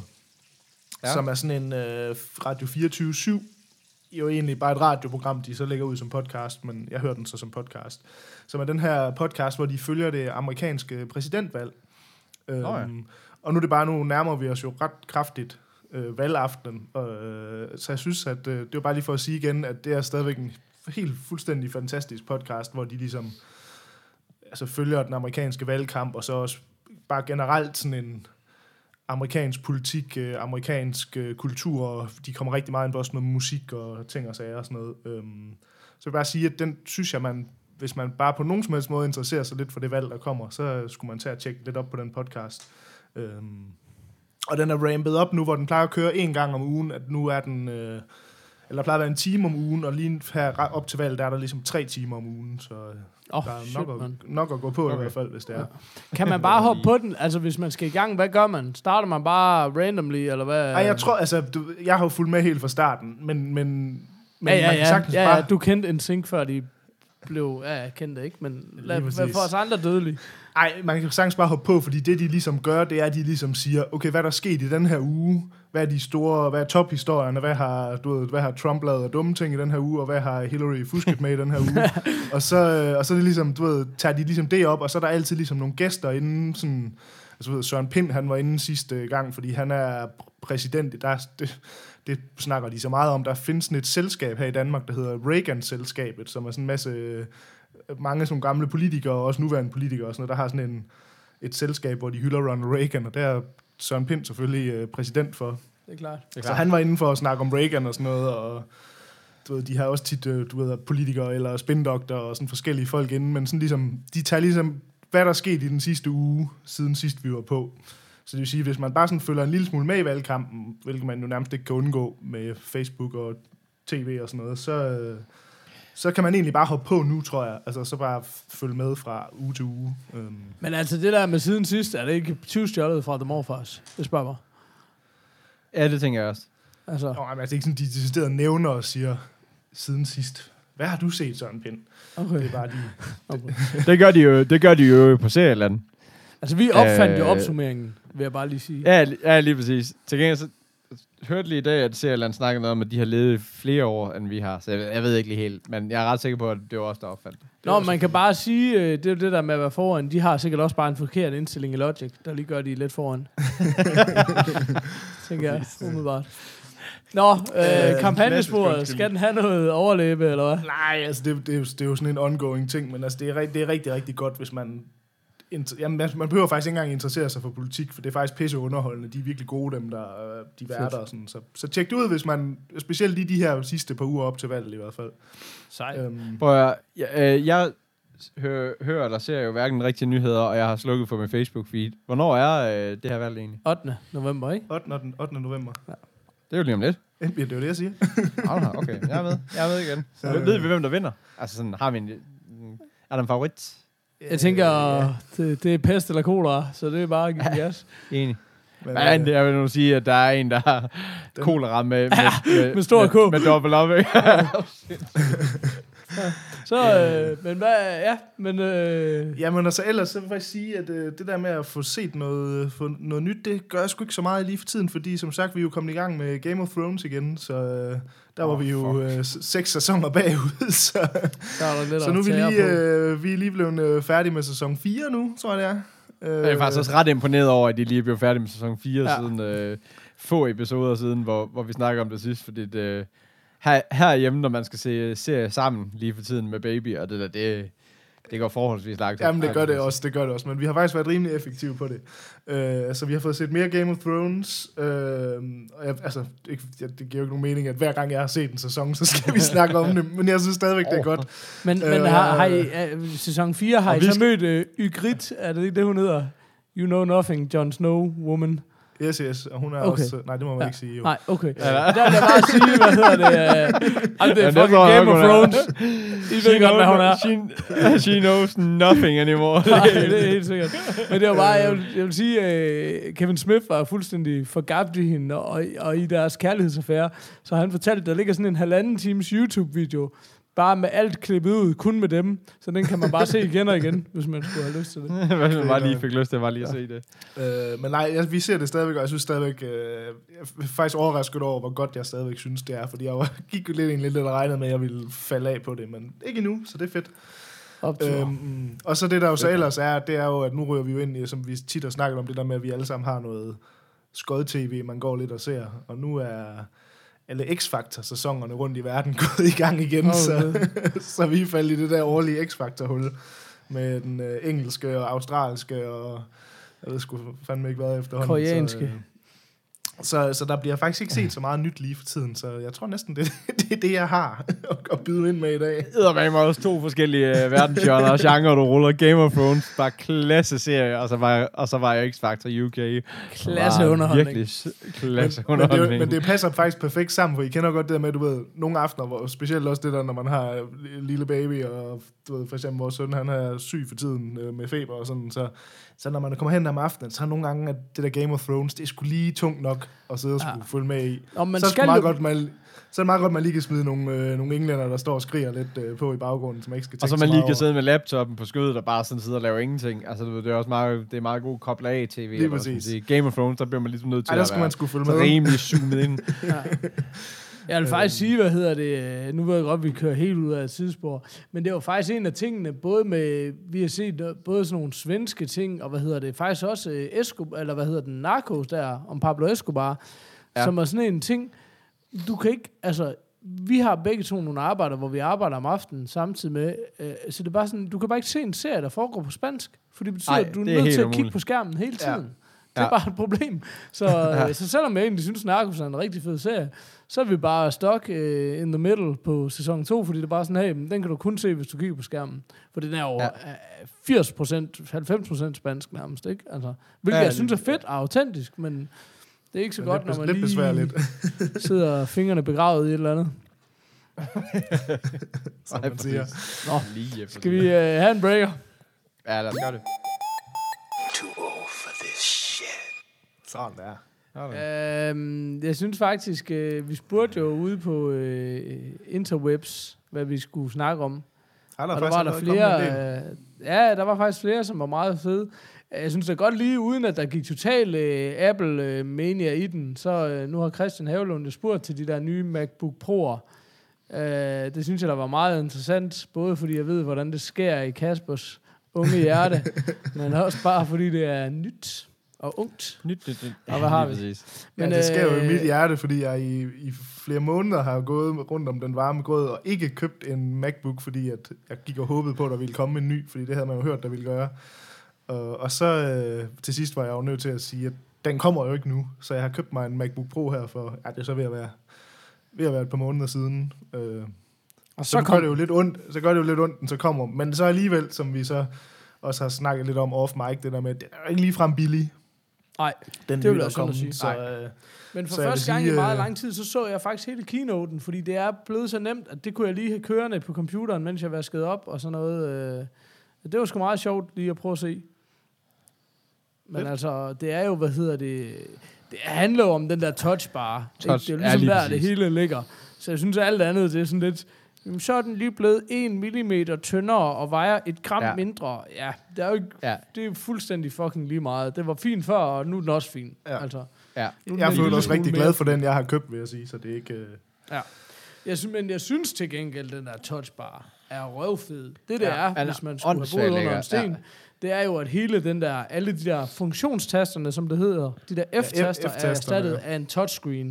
Ja. Som er sådan en øh, Radio fireogtyve syv. Jo egentlig bare et radioprogram, de så lægger ud som podcast, men jeg hører den så som podcast. Som er den her podcast, hvor de følger det amerikanske præsidentvalg. Øhm, oh ja. Og nu er det bare, nu nærmer vi os jo ret kraftigt øh, valgaftenen. Øh, så jeg synes, at øh, det var bare lige for at sige igen, at det er stadigvæk en helt fuldstændig fantastisk podcast, hvor de ligesom altså, følger den amerikanske valgkamp, og så også bare generelt sådan en amerikansk politik, øh, amerikansk øh, kultur, og de kommer rigtig meget ind på også noget musik og ting og sager og sådan noget. Øhm, så jeg vil bare sige, at den synes jeg, man, hvis man bare på nogen som helst måde interesserer sig lidt for det valg, der kommer, så skulle man tage og tjekke lidt op på den podcast. Øhm, og den er rampet op nu, hvor den plejer at køre en gang om ugen, at nu er den, øh, eller der plejer at være en time om ugen, og lige her op til valget, der er der ligesom tre timer om ugen, så
oh,
der er
shit,
nok, at, nok at gå på okay. i hvert fald, hvis det er. Ja.
Kan man bare hoppe på den? Altså, hvis man skal i gang, hvad gør man? Starter man bare randomly, eller hvad?
Nej, jeg tror, altså, du, jeg har jo fulgt med helt fra starten, men, men, men
ja, ja,
man kan
ja,
sagtens
ja,
bare...
ja, du kendte en sync, før de blev... Ja, jeg kendte det ikke, men lad, hvad for os andre dødelige?
Nej, man kan sagtens bare hoppe på, fordi det, de ligesom gør, det er, at de ligesom siger, okay, hvad der er sket i den her uge? Hvad er de store, hvad er tophistorierne? Hvad har, du ved, hvad har Trump lavet af dumme ting i den her uge? Og hvad har Hillary fusket med i den her uge? og, så, og så er det ligesom, du ved, tager de ligesom det op, og så er der altid ligesom nogle gæster inden, sådan... Altså, ved, Søren Pind, han var inde sidste gang, fordi han er præsident. Der er, det, det snakker de så meget om. Der findes sådan et selskab her i Danmark, der hedder Reagan-selskabet, som er sådan en masse... mange sådan gamle politikere, og også nuværende politikere, og sådan noget, der har sådan en, et selskab, hvor de hylder Ronald Reagan, og der er Søren Pind selvfølgelig øh, præsident for.
Det er klart.
Så han var inde for at snakke om Reagan og sådan noget, og du ved, de har også tit, du ved, politikere eller spindoktorer og sådan forskellige folk inde, men sådan ligesom, de tager ligesom, hvad der er sket i den sidste uge, siden sidst vi var på. Så det vil sige, hvis man bare sådan følger en lille smule med i valgkampen, hvilket man jo nærmest ikke kan undgå med Facebook og tv og sådan noget, så... Øh, så kan man egentlig bare hoppe på nu, tror jeg. Altså, så bare følge med fra uge til uge. Um.
Men altså, det der med siden sidst, er det ikke tyvstjålet fra The Morfars? Det spørger mig.
Ja, det tænker jeg også.
Altså.
Nå, men altså, ikke sådan, de decideret nævner og siger, siden sidst. Hvad har du set, Søren Pind?
Okay.
Det er bare de...
okay.
det, gør de jo, det gør de jo på Serieland.
Altså, vi opfandt
øh,
jo opsummeringen, vil jeg bare lige sige.
Ja, ja lige præcis. Til gengæld så hørte lige i dag, at Serieland snakkede noget om, at de har levet flere år, end vi har. Så jeg, jeg ved ikke lige helt, men jeg er ret sikker på, at det var også der opfandt.
Nå, man kan bare sige, det er det der med at være foran. De har sikkert også bare en forkert indstilling i Logic, der lige gør de lidt foran. Tænker jeg, umiddelbart. Nå, øh, kampagnesporet, skal den have noget overlæbe, eller hvad?
Nej, altså det, det, er jo, det er jo sådan en ongoing ting, men altså det er, det er rigtig, rigtig godt, hvis man... Jamen, man behøver faktisk ikke engang interessere sig for politik, for det er faktisk pisse underholdende. De er virkelig gode, dem der, de værter og sådan. Så, så tjek det ud, hvis man, specielt lige de her sidste par uger op til valget i hvert fald.
Sej.
Øhm.
Prøv at, jeg, jeg, jeg hører, hører eller ser jo hverken rigtige nyheder, og jeg har slukket for min Facebook-feed. Hvornår er øh, det her valg egentlig?
ottende november, ikke?
ottende november. Ja.
Det er jo lige om lidt.
Ja, det er jo det, jeg siger.
Aha, okay, jeg er med. Jeg er med igen. Så øh. ved vi, hvem der vinder? Altså sådan, har vi en... Er der en favorit?
Jeg tænker, ja. det, det er pest eller kolera, så det er bare at give gas.
Enig. Men, Men det, jeg vil nu sige, at der er en, der har kolera med, med, med,
med stor K.
Med, med dobbelt op, ikke?
Så, øh, men hvad, ja, men... Øh...
Jamen altså ellers, så vil jeg faktisk sige, at øh, det der med at få set noget, få noget nyt, det gør jeg sgu ikke så meget lige for tiden, fordi som sagt, vi er jo kommet i gang med Game of Thrones igen, så øh, der oh, var vi jo øh, seks sæsoner bagud, så,
der
så nu er vi lige, øh, vi er lige blevet øh, færdige med sæson fire nu, tror jeg det er.
Øh, jeg er faktisk også ret imponeret over, at de lige er blevet færdige med sæson fire, ja. siden øh, få episoder siden, hvor, hvor vi snakker om det sidst, fordi det... Her, herhjemme, når man skal se serier sammen lige for tiden med baby, og det der, det, det går forholdsvis langt.
Jamen, det gør det også, det gør det også, men vi har faktisk været rimelig effektive på det. Uh, altså, vi har fået set mere Game of Thrones, uh, og jeg, altså, det, det giver jo ikke nogen mening, at hver gang jeg har set en sæson, så skal vi snakke om det, men jeg synes stadigvæk, det er godt.
Men, uh, men har, har I, uh, sæson fire, har I så mødt uh, Ygritte, er det ikke det, hun hedder? You Know Nothing, Jon Snow Woman.
Yes, yes, og hun er
okay.
også... Nej, det må man ja. ikke sige, jo.
Nej, okay. Ja. Der vil jeg bare sige, hvad hedder det? Uh, det er fucking Game of Thrones. I ved godt, hvad hun er.
She, she knows nothing anymore.
Nej, det er helt sikkert. Men det var bare, jeg vil, jeg vil sige, uh, Kevin Smith var fuldstændig forgabt i hende, og, og i deres kærlighedsaffære, så han fortalte, der ligger sådan en halvanden times YouTube-video, bare med alt klippet ud, kun med dem. Så den kan man bare se igen og igen, hvis man skulle have lyst til det.
Hvis man bare lige fik lyst til bare lige at se det.
Øh, men nej, jeg, vi ser det stadigvæk, og jeg synes stadigvæk, øh, jeg er faktisk overrasket over, hvor godt jeg stadigvæk synes, det er. Fordi jeg var, gik jo lidt egentlig lidt regnet med, at jeg ville falde af på det, men ikke endnu, så det er fedt. Øhm, og så det, der jo så ellers er, det er jo, at nu ryger vi jo ind i, som vi tit har snakket om, det der med, at vi alle sammen har noget skod-tv, man går lidt og ser. Og nu er... alle X-Factor-sæsonerne rundt i verden gået i gang igen, oh, så, så vi faldt i det der årlige X-Factor-hul med den øh, engelske og australske og jeg ved sgu fandme ikke hvad efterhånden.
Koreanske. Så, øh,
Så, så der bliver faktisk ikke set så meget nyt lige for tiden, så jeg tror næsten, det, det er det, jeg har at byde ind med i dag.
Det er med også to forskellige uh, verdensgenre og genre, du ruller. Game of Thrones, bare klasse-serie, og så var, og så var jeg X-Factor U K.
Klasse-underholdning.
Virkelig klasse-underholdning.
Men, men, det, men det passer faktisk perfekt sammen, for I kender godt det der med, du ved, nogle aftener, hvor, specielt også det der, når man har lille baby, og du ved, for eksempel vores søn, han er syg for tiden øh, med feber og sådan, så, så når man kommer hen om aftenen, så er nogle gange, at det der Game of Thrones, det er sgu lige tungt nok at sidde og skulle ja. følge med i.
Og man
så,
skal
meget
jo...
godt, man, så er det meget godt, man lige kan smide nogle, øh, nogle englænder, der står og skriger lidt øh, på i baggrunden, som man ikke skal tænke
og så man lige kan
over.
sidde med laptoppen på skødet og bare sådan sidde og lave ingenting. Altså, det er også meget, det er meget god koblet af tv.
Lige præcis.
Game of Thrones, der bliver man ligesom nødt til
Ej,
at være
man skulle følge med.
rimelig zoomet ind.
Ja. Jeg vil faktisk sige, hvad hedder det, nu ved jeg godt, at vi kører helt ud af et sidespor, men det var faktisk en af tingene, både med, vi har set både sådan nogle svenske ting, og hvad hedder det, faktisk også Escobar, eller hvad hedder den, Narcos der, om Pablo Escobar, ja. Som er sådan en ting, du kan ikke, altså, vi har begge to nogle arbejder, hvor vi arbejder om aftenen samtidig med, øh, så det er bare sådan, du kan bare ikke se en serie, der foregår på spansk, for det betyder, Ej, at du er nødt til at umuligt. Kigge på skærmen hele tiden. Ja. Det er ja. Bare et problem. Så, ja. så selvom jeg egentlig synes, Narcos er en rigtig fed serie, så er vi bare stuck uh, in the middle på sæson to, fordi det er bare sådan, hey, den kan du kun se, hvis du kigger på skærmen. For den er jo ja. firs procent, halvfems procent spansk nærmest, ikke? Altså, hvilket ja, jeg synes er fedt og autentisk, men det er ikke så men godt, når man lige sidder fingrene begravet i et eller andet.
Som man siger.
Nå, skal vi uh, have en breaker?
Ja, lad os gøre det.
Too old for this shit.
Sådan der.
Okay. Øhm, jeg synes faktisk, øh, vi spurgte jo ude på øh, interwebs, hvad vi skulle snakke om.
Ja, der,
og der var der flere, øh, ja, der var faktisk flere, som var meget fede. Jeg synes det er godt lige, uden at der gik total øh, Apple-mania øh, i den, så øh, nu har Christian Havelund jo spurgt til de der nye MacBook Pro'er. Øh, det synes jeg, der var meget interessant, både fordi jeg ved, hvordan det sker i Kaspers unge hjerte, men også bare fordi det er nyt. Og ungt.
Nyt, nyt, nyt.
Og hvad har vi?
Men, ja, det sker jo i mit hjerte, fordi jeg i, i flere måneder har gået rundt om den varme grød, og ikke købt en MacBook, fordi at jeg gik og håbede på, at der ville komme en ny, fordi det havde man jo hørt, der ville gøre. Og, og så øh, til sidst var jeg jo nødt til at sige, at den kommer jo ikke nu, så jeg har købt mig en MacBook Pro her for, ja, det er så ved at være, ved at være et par måneder siden. Øh, og så, så gør det jo lidt ondt, så gør det jo lidt ondt, den så kommer. Men så alligevel, som vi så også har snakket lidt om off mic, det der med, det er ikke ligefrem billig.
Nej,
den
det vil jeg sådan sige.
Så, øh,
men for så første gang sige, i meget lang tid, så så jeg faktisk hele keynoten, fordi det er blevet så nemt, at det kunne jeg lige have kørende på computeren, mens jeg vaskede op og sådan noget. Øh, det var sgu meget sjovt lige at prøve at se. Men Lidt. altså, det er jo, hvad hedder det, det handler jo om den der touchbar. Touch, det er jo ligesom der, præcis. Det hele ligger. Så jeg synes, at alt andet, det er sådan lidt, så er den lige blevet en millimeter tyndere og vejer et gram ja. mindre. Ja, det er jo ikke, ja. det er fuldstændig fucking lige meget. Det var fint før, og nu er den også fin. Ja. Altså,
ja. Jeg føler også rigtig glad for den, jeg har købt, vil jeg sige, så det er ikke... Uh...
Ja. Jeg synes, men jeg synes til gengæld, den der touchbar er røvfed. Det, det ja. er, hvis man skulle have boet under en sten, ja. det er jo, at hele den der, alle de der funktionstasterne, som det hedder, de der F-taster, ja, er erstattet ja. af en touchscreen.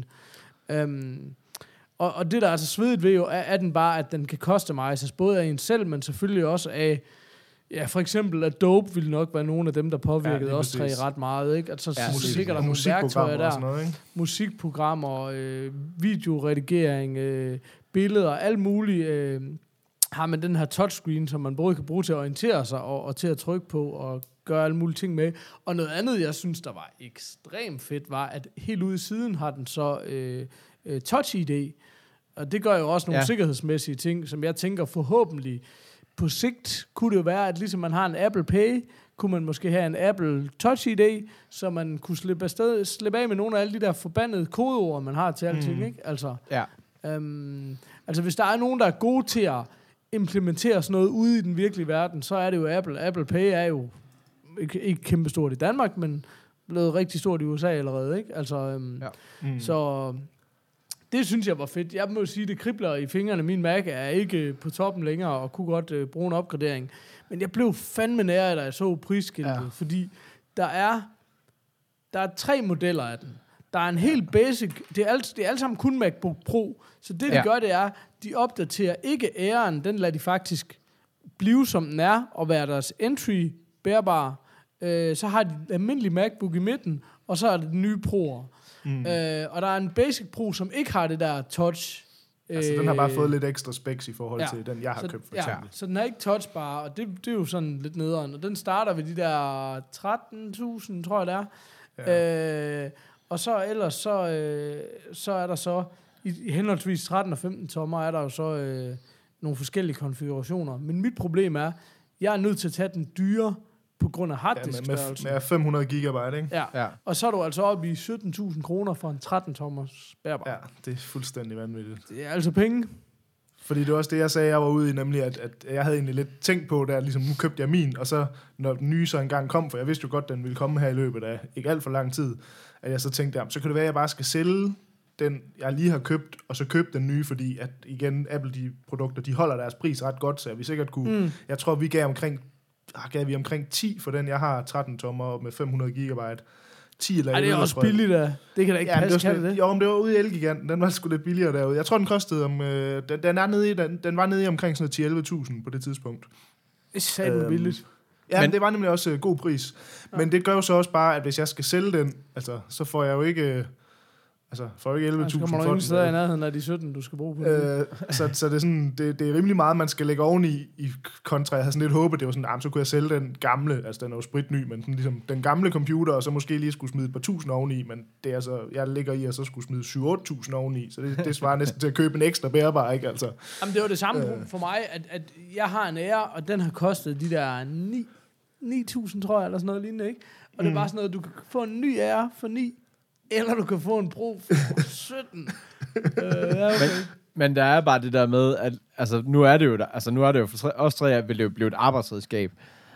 Um, Og, og det, der er så svedigt ved jo, er, er den bare, at den kan customises, både af en selv, men selvfølgelig også af, ja, for eksempel Adobe ville nok være nogle af dem, der påvirkede ja, os tre ret meget, ikke? Altså, ja, så sikkert der nogle værktøjer der, noget, musikprogrammer, øh, videoredigering, øh, billeder, alt muligt, øh, har man den her touchscreen, som man både kan bruge til at orientere sig, og, og til at trykke på, og gøre alle mulige ting med. Og noget andet, jeg synes, der var ekstremt fedt, var, at helt ude i siden har den så... Øh, Touch I D, og det gør jo også nogle ja. sikkerhedsmæssige ting, som jeg tænker forhåbentlig på sigt kunne det jo være, at ligesom man har en Apple Pay, kunne man måske have en Apple Touch I D, så man kunne slippe, afsted, slippe af med nogle af alle de der forbandede kodeord, man har til alting, mm. ikke? Altså,
ja.
øhm, altså, hvis der er nogen, der er gode til at implementere sådan noget ude i den virkelige verden, så er det jo Apple. Apple Pay er jo ikke, ikke kæmpe stort i Danmark, men blevet rigtig stort i U S A allerede, ikke? Altså, øhm, ja. mm. så... Det synes jeg var fedt. Jeg må sige, det kribler i fingrene. Min Mac er ikke på toppen længere, og kunne godt øh, bruge en opgradering. Men jeg blev fandme nær, da jeg så prisskiltet, ja. fordi der er, der er tre modeller af den. Der er en helt basic, det er alt, det er alt sammen kun MacBook Pro, så det, de ja. gør, det er, de opdaterer ikke æren, den lader de faktisk blive, som den er, og være deres entry bærbar. Øh, så har de almindelig MacBook i midten, og så er det den nye Pro'er. Mm. Øh, og der er en Basic Pro, som ikke har det der touch.
Altså,
øh,
den har bare fået lidt ekstra specs i forhold
ja.
til den, jeg har
så,
købt, for
ja,
eksempel.
så den er ikke touchbar, og det, det er jo sådan lidt nederen. Og den starter ved de der tretten tusind, tror jeg det er. Ja. Øh, og så ellers, så, øh, så er der så, i, i henholdsvis tretten og femten tommer, er der jo så øh, nogle forskellige konfigurationer. Men mit problem er, jeg er nødt til at tage den dyre, på grund af harddisk-størrelsen.
Ja, med, med fem hundrede gigabyte, ikke?
Ja.
ja,
og så er du altså oppe i sytten tusind kroner for en tretten tommers bærbar.
Ja, det er fuldstændig vanvittigt.
Det er altså penge.
Fordi det var også det, jeg sagde, jeg var ude i, nemlig at, at jeg havde egentlig lidt tænkt på, der ligesom, nu købte jeg min, og så, når den nye så engang kom, for jeg vidste jo godt, den ville komme her i løbet af ikke alt for lang tid, at jeg så tænkte, jamen, så kan det være, at jeg bare skal sælge den, jeg lige har købt, og så købe den nye, fordi at igen, Apple, de produkter, de holder deres pris ret godt, så jeg vi sikkert kunne, mm. jeg tror, vi gav omkring, gav vi omkring ti for den, jeg har tretten tommer med fem hundrede gigabyte. ti eller
elleve. Ej, det er også billigt, da. Det kan da ikke ja, passe, kan det det?
Jo, men det var ude i Elgiganten. Den var sgu lidt billigere derude. Jeg tror, den kostede om... Øh, den, den, er nede i, den, den var nede i omkring sådan ti til elleve tusind på det tidspunkt.
Det er satme øhm, billigt.
Ja, men det var nemlig også øh, god pris. Ja. Men det gør jo så også bare, at hvis jeg skal sælge den, altså, så får jeg jo ikke... Øh, altså, får jeg ikke elleve tusind for den.
Så kommer du ingen steder i nærheden af de sytten, du skal bruge på det.
Øh, så, så det er sådan, det, det er rimelig meget, man skal lægge oveni i kontra. Jeg havde sådan lidt håbet, det var sådan, ah, så kunne jeg sælge den gamle, altså den er jo spritny, men sådan ligesom den gamle computer, og så måske lige skulle smide et par tusind oveni, men det er altså, jeg ligger i, at så skulle smide syv otte tusind oveni, så det, det svarer næsten til at købe en ekstra bærbar, ikke altså?
Jamen det var det samme øh. for mig, at, at jeg har en Air, og den har kostet de der ni tusind, tror jeg, eller sådan noget lignende, ikke? Og det er bare sådan noget, du kan få en ny Air for ni, eller du kan få en Pro for sytten. øh, ja, okay.
men, men der er bare det der med, at altså, nu er det jo, der, altså, nu er det jo for os tre, vil det jo blive et arbejdsredskab.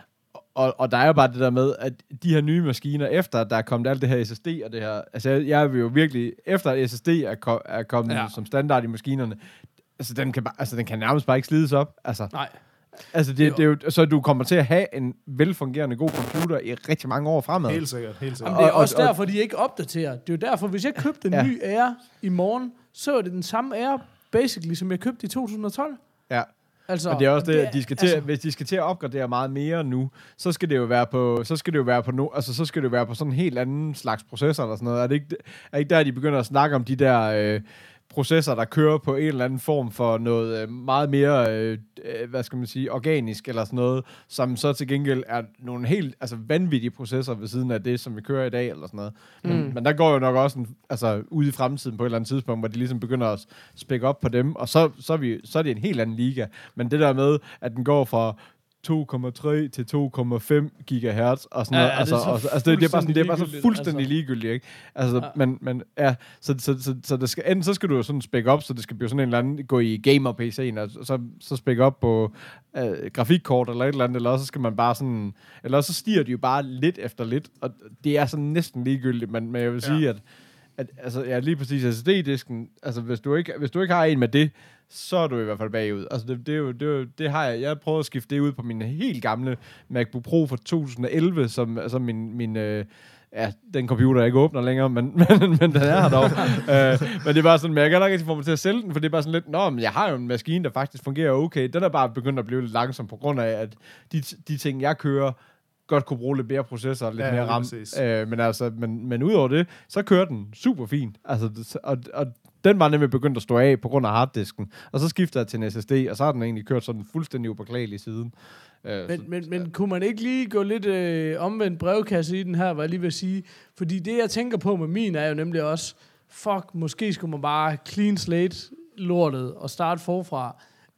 Og, og der er jo bare det der med, at de her nye maskiner, efter at der er kommet alt det her S S D og det her, altså jeg, jeg vil jo virkelig, efter at S S D er, kom, er kommet ja. som standard i maskinerne, altså den, kan, altså den kan nærmest bare ikke slides op. Altså,
nej.
Altså, det, det er jo, så du kommer til at have en velfungerende god computer i rigtig mange år fremad.
Helt sikkert, helt sikkert.
Jamen, det er også og, derfor, de ikke opdaterer. Det er jo derfor, hvis jeg købte en ja. ny Air i morgen, så er det den samme Air, basically, som jeg købte i to tusind og tolv.
Ja.
Altså,
og det er også det,
det
de skal til, altså, hvis de skal til at opgradere meget mere nu, så skal det jo være på, så skal det jo være på no, altså så skal det jo være på sådan en helt anden slags processor eller sådan noget. Er det ikke, er ikke der, de begynder at snakke om de der øh, processer, der kører på en eller anden form for noget øh, meget mere, øh, hvad skal man sige, organisk eller sådan noget, som så til gengæld er nogle helt altså vanvittige processer ved siden af det, som vi kører i dag eller sådan noget. Men, mm. men der går jo nok også en, altså ude i fremtiden på et eller andet tidspunkt, hvor de ligesom begynder at spække op på dem, og så, så, er vi, så er det en helt anden liga. Men det der med, at den går fra to komma tre til to komma fem gigahertz og sådan
ja,
noget. Altså,
det, er
og, altså, det, det, er bare sådan, det er bare så fuldstændig
altså.
ligegyldigt, ikke? Altså, ja. men, men ja, så, så, så, så, det skal, enten så skal du jo sådan spække op, så det skal blive sådan en eller anden, gå i gamer-P C'en, og så, så spække op på øh, grafikkort eller et eller andet, eller også så skal man bare sådan, eller også så stiger de jo bare lidt efter lidt, og det er sådan næsten ligegyldigt, men, men jeg vil sige, ja. at at, altså, ja, lige præcis S S D-disken, altså hvis du, ikke, hvis du ikke har en med det, så er du i hvert fald bagud. Altså det, det, er jo, det, er jo, det har jeg, jeg har prøvet at skifte det ud på min helt gamle MacBook Pro fra to tusind og elleve, som altså min, min øh, ja, den computer ikke åbner længere, men, men, men den er her dog. øh, men det er bare sådan, men jeg kan nok ikke få mig til at sælge den, for det er bare sådan lidt, nå, men jeg har jo en maskine, der faktisk fungerer okay. Den er bare begyndt at blive lidt langsom på grund af, at de, de ting, jeg kører, godt kunne bruge lidt mere processor og lidt ja, mere RAM. Øh, men, altså, men, men udover det, så kører den super fint. Altså, og, og den var nemlig begyndt at stå af på grund af harddisken. Og så skifter jeg til en S S D, og så har den egentlig kørt sådan fuldstændig upåklagelig siden. Øh,
men,
så,
men, men
ja.
kunne man ikke lige gå lidt øh, omvendt brevkasse i den her, hvad jeg lige vil sige? Fordi det, jeg tænker på med min, er jo nemlig også, fuck, måske skulle man bare clean slate lortet og starte forfra.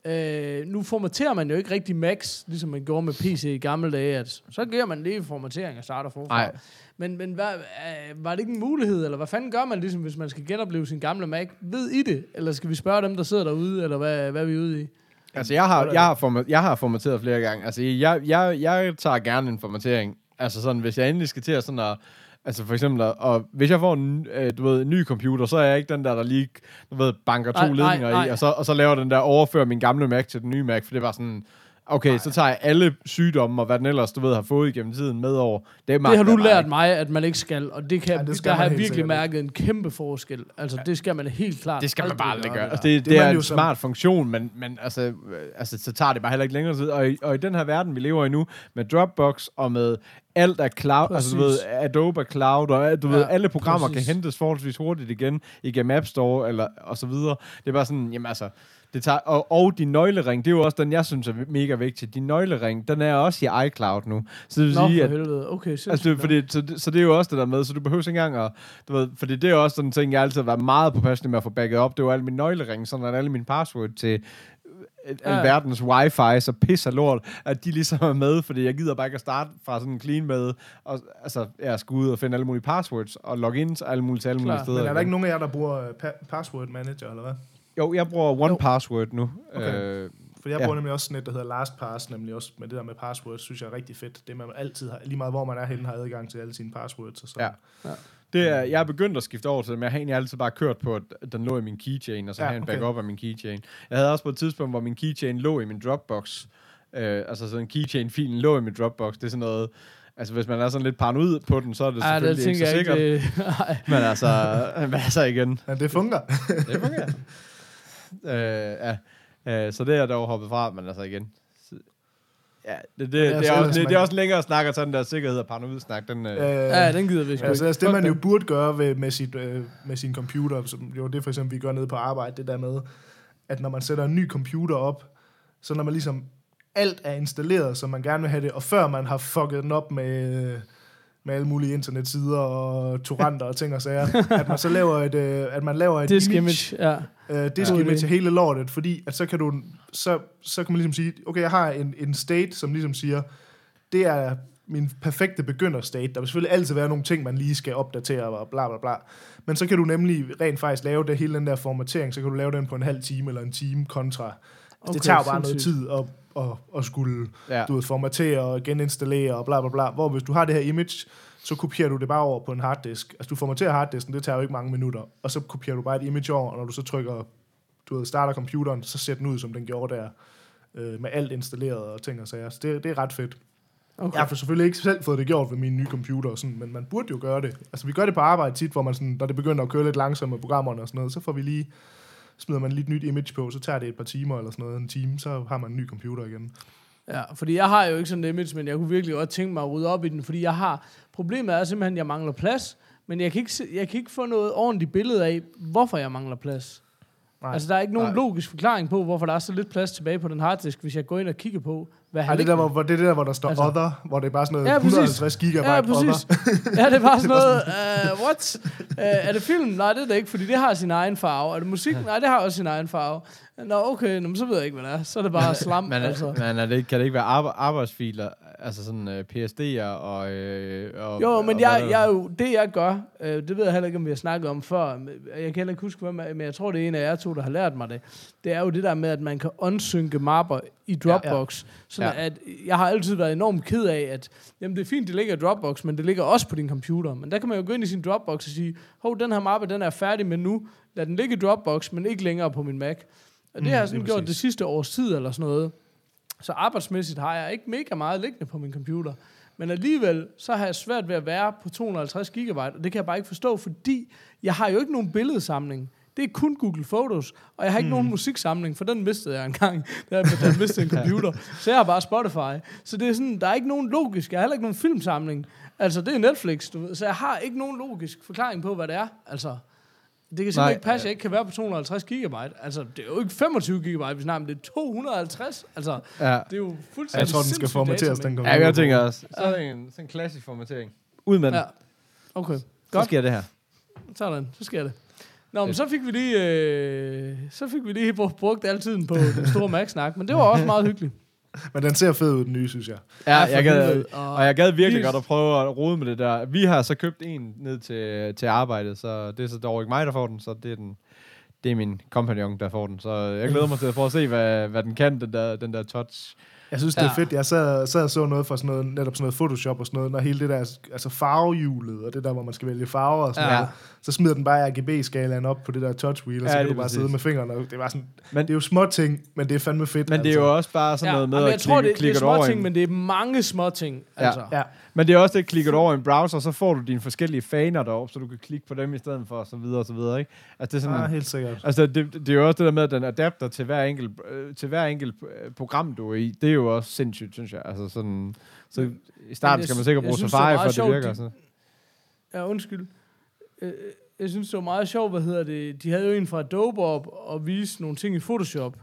Øh, nu formaterer man jo ikke rigtig Macs, ligesom man gjorde med P C i gamle dage, at så giver man lige formatering og starter forfra.
Ej.
Men, men hvad, øh, var det ikke en mulighed, eller hvad fanden gør man, ligesom, hvis man skal genopleve sin gamle Mac? Ved I det? Eller skal vi spørge dem, der sidder derude, eller hvad, hvad er vi ude i?
Altså, jeg har, jeg har, format, jeg har formateret flere gange. Altså, jeg, jeg, jeg tager gerne en formatering. Altså sådan, hvis jeg endelig skal til at sådan at altså for eksempel, og hvis jeg får en, øh, du ved, en ny computer, så er jeg ikke den der, der lige du ved, banker to nej, ledninger nej, nej. i, og så, og så laver den der, overfører min gamle Mac til den nye Mac, for det var sådan, Okay, Nej. så tager jeg alle sygdomme, og hvad den ellers, du ved, har fået igennem tiden med over. Det,
det har du lært mig, at man ikke skal, og det kan, ja, det skal der har jeg virkelig sikkert. mærket en kæmpe forskel. Altså, det skal man helt klart.
Det skal man bare aldrig gøre. Altså, det, det, det er en smart funktion, men, men altså, altså, så tager det bare heller ikke længere tid. Og i, og i den her verden, vi lever i nu, med Dropbox og med alt er cloud, præcis. Altså du ved, Adobe Cloud, og du ja, ved, alle programmer præcis. kan hentes forholdsvis hurtigt igen, igennem App Store, eller, og så videre. Det er bare sådan, jamen altså, det tager, og, og din nøglering, det er jo også den, jeg synes er mega vigtig. Din nøglering, den er også i iCloud nu. Så det vil
Nå,
sige,
for helvede. Okay,
altså, det, fordi, så, det, så det er jo også det der med, så du behøver ikke engang at, du ved, fordi det er også sådan en ting, jeg altid har været meget påpasselig med at få backet op. Det var alle mine nøglering, sådan at alle mine password til ja. verdens wifi, så pisser lort, at de ligesom er med, fordi jeg gider bare ikke at starte fra sådan en clean med, og altså, jeg skal ud og finde alle mulige passwords, og logins og alle mulige til alle mulige steder.
Men er der ikke nogen af jer, der bruger pa- password manager, eller hvad?
Jo, jeg bruger one password nu.
Okay. Øh, For jeg bruger ja. nemlig også sådan et, der hedder LastPass, nemlig også med det der med passwords, synes jeg er rigtig fedt. Det man altid har, lige meget hvor man er henne, har adgang til alle sine passwords. Og så.
Ja. ja. Det er, jeg er begyndt at skifte over til det, men jeg har egentlig altid bare kørt på, at den lå i min keychain, og så ja, har jeg en backup okay. af min keychain. Jeg havde også på et tidspunkt, hvor min keychain lå i min Dropbox. Øh, altså sådan en keychain-filen lå i min Dropbox. Det er sådan noget... Altså, hvis man er sådan lidt paranoid på den, så er det Ej, selvfølgelig det ikke så sikkert. Ikke, men altså, men altså igen.
Men det fungerer.
det fungerer. øh, ja. øh, så det er jeg dog hoppet fra, men altså igen. Så, ja, det, det, det, er, det, er også, det, det er også længere at snakke om sådan der sikkerhed og paranoid-snak. Den, øh,
ja, den gider vi sgu
altså, altså, det man jo burde gøre ved, med, sit, øh, med sin computer, som jo det for eksempel vi gør nede på arbejde, det der med, at når man sætter en ny computer op, så når man ligesom alt er installeret, som man gerne vil have det, og før man har fucket den op med, med alle mulige internetsider og torrenter og ting og sager, at man så laver et, at man laver et
disk
image,
image,
ja. uh, disk ja. image til hele lortet, fordi at så kan du, så, så kan man ligesom sige, okay, jeg har en, en state, som ligesom siger, det er min perfekte begynder-state. Der vil selvfølgelig altid være nogle ting, man lige skal opdatere og bla bla bla. Men så kan du nemlig rent faktisk lave det, hele den der formatering, så kan du lave den på en halv time eller en time kontra. Altså, okay, det tager jo bare noget tid at og, og skulle ja. du ved, formatere og geninstallere og bla bla bla. Hvor hvis du har det her image, så kopierer du det bare over på en harddisk. Altså du formaterer harddisken, det tager jo ikke mange minutter. Og så kopierer du bare et image over, og når du så trykker, du ved, starter computeren, så ser den ud, som den gjorde der, øh, med alt installeret og ting og sager. Så det, det er ret fedt. Okay. Jeg har selvfølgelig ikke selv fået det gjort ved min nye computer, og sådan, men man burde jo gøre det. Altså vi gør det på arbejde tit, hvor man sådan, når det begynder at køre lidt langsomt med programmerne og sådan noget, så får vi lige smider man lige et nyt image på, så tager det et par timer eller sådan noget, en time, så har man en ny computer igen.
Ja, fordi jeg har jo ikke sådan et image, men jeg kunne virkelig godt tænke mig at rydde op i den, fordi jeg har, problemet er simpelthen, at jeg mangler plads, men jeg kan ikke, jeg kan ikke få noget ordentligt billede af, hvorfor jeg mangler plads. Nej, altså, der er ikke nogen nej. logisk forklaring på, hvorfor der er så lidt plads tilbage på den harddisk, hvis jeg går ind og kigger på, hvad han
det, der, hvor, det er det der, hvor der står altså, other, hvor det er bare sådan noget
ja,
et hundrede og halvtreds gigabyte
ja,
other.
Ja, det er bare sådan noget, uh, what? Uh, er det film? Nej, det er det ikke, fordi det har sin egen farve. Er det musik? Nej, det har også sin egen farve. Nå, okay, nå, så ved jeg ikke, hvad det er. Så er det bare slam.
Men,
altså.
men er det, kan det ikke være arbe- arbejdsfiler, altså sådan uh, P S D'er og, uh, og...
Jo, men og jeg, jeg, jo, det jeg gør, uh, det ved jeg heller ikke, om vi har snakket om før. Jeg kan heller ikke huske, hvem, men jeg tror, det er en af jer to, der har lært mig det. Det er jo det der med, at man kan unsynke mapper i Dropbox. Ja, ja. Sådan ja. At jeg har altid været enormt ked af, at jamen, det er fint, det ligger i Dropbox, men det ligger også på din computer. Men der kan man jo gå ind i sin Dropbox og sige, hov, den her mappe, den er færdig med nu. Lad den ligge i Dropbox, men ikke længere på min Mac. Og det mm, har jeg sådan det gjort præcis. det sidste års tid eller sådan noget. Så arbejdsmæssigt har jeg ikke mega meget liggende på min computer. Men alligevel, så har jeg svært ved at være på to hundrede og halvtreds gigabyte, og det kan jeg bare ikke forstå, fordi jeg har jo ikke nogen billedsamling. Det er kun Google Photos, og jeg har ikke mm. nogen musiksamling, for den mistede jeg engang, da jeg, da jeg mistede en computer. Så jeg har bare Spotify. Så det er sådan, der er ikke nogen logisk, jeg har heller ikke nogen filmsamling. Altså, det er Netflix, du ved. Så jeg har ikke nogen logisk forklaring på, hvad det er. Altså, det kan simpelthen ikke passe, at jeg ikke kan være på to hundrede og halvtreds gigabyte. Altså, det er jo ikke femogtyve gigabyte, vi snakker om, det er to hundrede og halvtreds. Altså, ja. det er jo fuldstændig.
Jeg tror, den skal formateres, den
kommer. Ja, jeg tænker også. Så er det en, sådan en klassisk formatering. Ud med den. Ja.
Okay,
godt.
Så
sker det her.
Sådan, så sker det. Nå, men så fik vi lige, øh, så fik vi lige brugt al tiden på den store Mac-snak, men det var også meget hyggeligt.
Men den ser fed ud, den nye, synes jeg.
Ja, jeg gad, og jeg gad virkelig vi... godt at prøve at rode med det der. Vi har så købt en ned til, til arbejdet, så det er så dog ikke mig, der får den, så det er, den, det er min kompagnon, der får den. Så jeg glæder mig til at prøve at se, hvad, hvad den kan, den der, den der touch.
Jeg synes, det er ja. fedt. Jeg sad, sad og så noget fra sådan noget, netop sådan noget Photoshop og sådan noget, når hele det der, altså farvehjulet, og det der, hvor man skal vælge farver og sådan ja. noget, så smider den bare R G B-skalaen op på det der touchwheel, og så ja, kan du bare præcis. sidde med fingrene. Det, var sådan, men, det er jo små ting, men det er fandme fedt.
Men det er
altså.
jo også bare sådan noget ja, med
jeg
at
tror,
klikke,
det,
klikke
det er små ting,
en...
men det er mange små ting. Altså.
Ja. Ja. Men det er også det, klikker over en browser, så får du dine forskellige faner deroppe, så du kan klikke på dem i stedet for, og så videre, og så videre, ikke? Altså, det er sådan,
ja, helt sikkert.
Altså, det, det er jo også det der med, at den adapter til hver enkelt, øh, til hver enkelt program, du er i. Det er jo også sindssygt, synes jeg. Altså, sådan, så i starten jeg, skal man sikkert bruge Safari, for at det virker. De,
ja, undskyld. Jeg synes, det var meget sjovt, hvad hedder det. De havde jo en fra Adobe op og vise nogle ting i Photoshop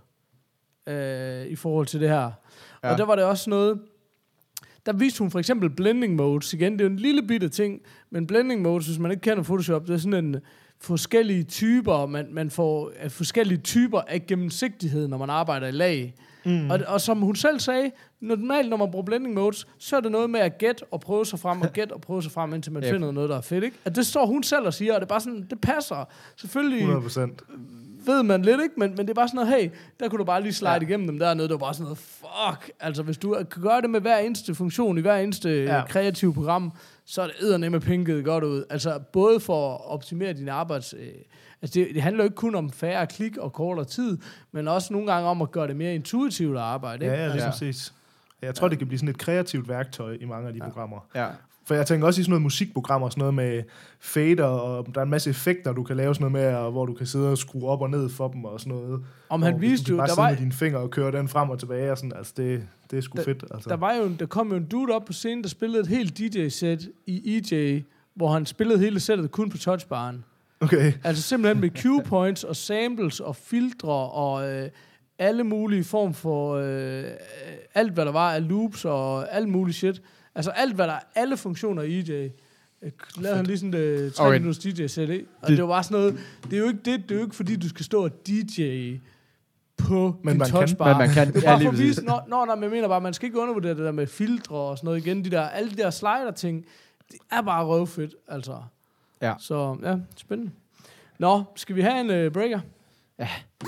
øh, i forhold til det her. Ja. Og der var det også noget... Der viste hun for eksempel blending modes. Igen, det er jo en lille bitte ting, men blending modes, hvis man ikke kender Photoshop, det er sådan en forskellige typer, man, man får uh, forskellige typer af gennemsigtighed, når man arbejder i lag. Mm. Og, og som hun selv sagde, normalt når man bruger blending modes, så er det noget med at gætte og prøve sig frem, og gætte og prøve sig frem, indtil man yep. finder noget, der er fedt, ikke? At det står hun selv og siger, og det er bare sådan, det passer. Selvfølgelig
hundrede procent
ved man lidt, ikke? Men, men det er bare sådan noget, hey, der kunne du bare lige slide ja. igennem dem der noget, det var bare sådan noget, fuck. Altså, hvis du kan gøre det med hver eneste funktion, i hver eneste ja. kreative program, så er det eddernemme pinket godt ud. Altså, både for at optimere din arbejds... Øh, altså, det, det handler jo ikke kun om færre klik og kortere tid, men også nogle gange om at gøre det mere intuitivt at arbejde, ikke?
Ja, ja, det er
altså.
præcis. Jeg tror, det kan blive sådan et kreativt værktøj i mange af de
ja.
programmer.
Ja.
For jeg tænker også i sådan noget musikprogrammer, sådan noget med fader, og der er en masse effekter, du kan lave sådan noget med, hvor du kan sidde og skrue op og ned for dem og sådan noget.
Om han viste jo,
der
der
var...
var...
med dine fingre og køre den frem og tilbage, og sådan, altså det, det er sgu
der,
fedt. Altså.
Der, var jo, der kom jo en dude op på scenen, der spillede et helt D J-sæt i E J, hvor han spillede hele sættet kun på touchbaren.
Okay.
Altså simpelthen med cue points og samples og filtre og øh, alle mulige form for øh, alt, hvad der var af loops og alt muligt shit. Altså alt, hvad der er, alle funktioner i E J. Øh, lavede han lige sådan et tre minutters D J-sæt, ikke? Og det, det var bare sådan noget, det er jo ikke det, det er jo ikke fordi, du skal stå og D J på
men
din touchbar.
Men man kan,
det er bare for at vise, når, når, når man mener bare, man skal ikke undervurdere det der med filtre og sådan noget igen, de der, alle de der slider-ting, det er bare røvfedt, altså.
Ja.
Så, ja, spændende. Nå, skal vi have en uh, breaker?
Ja.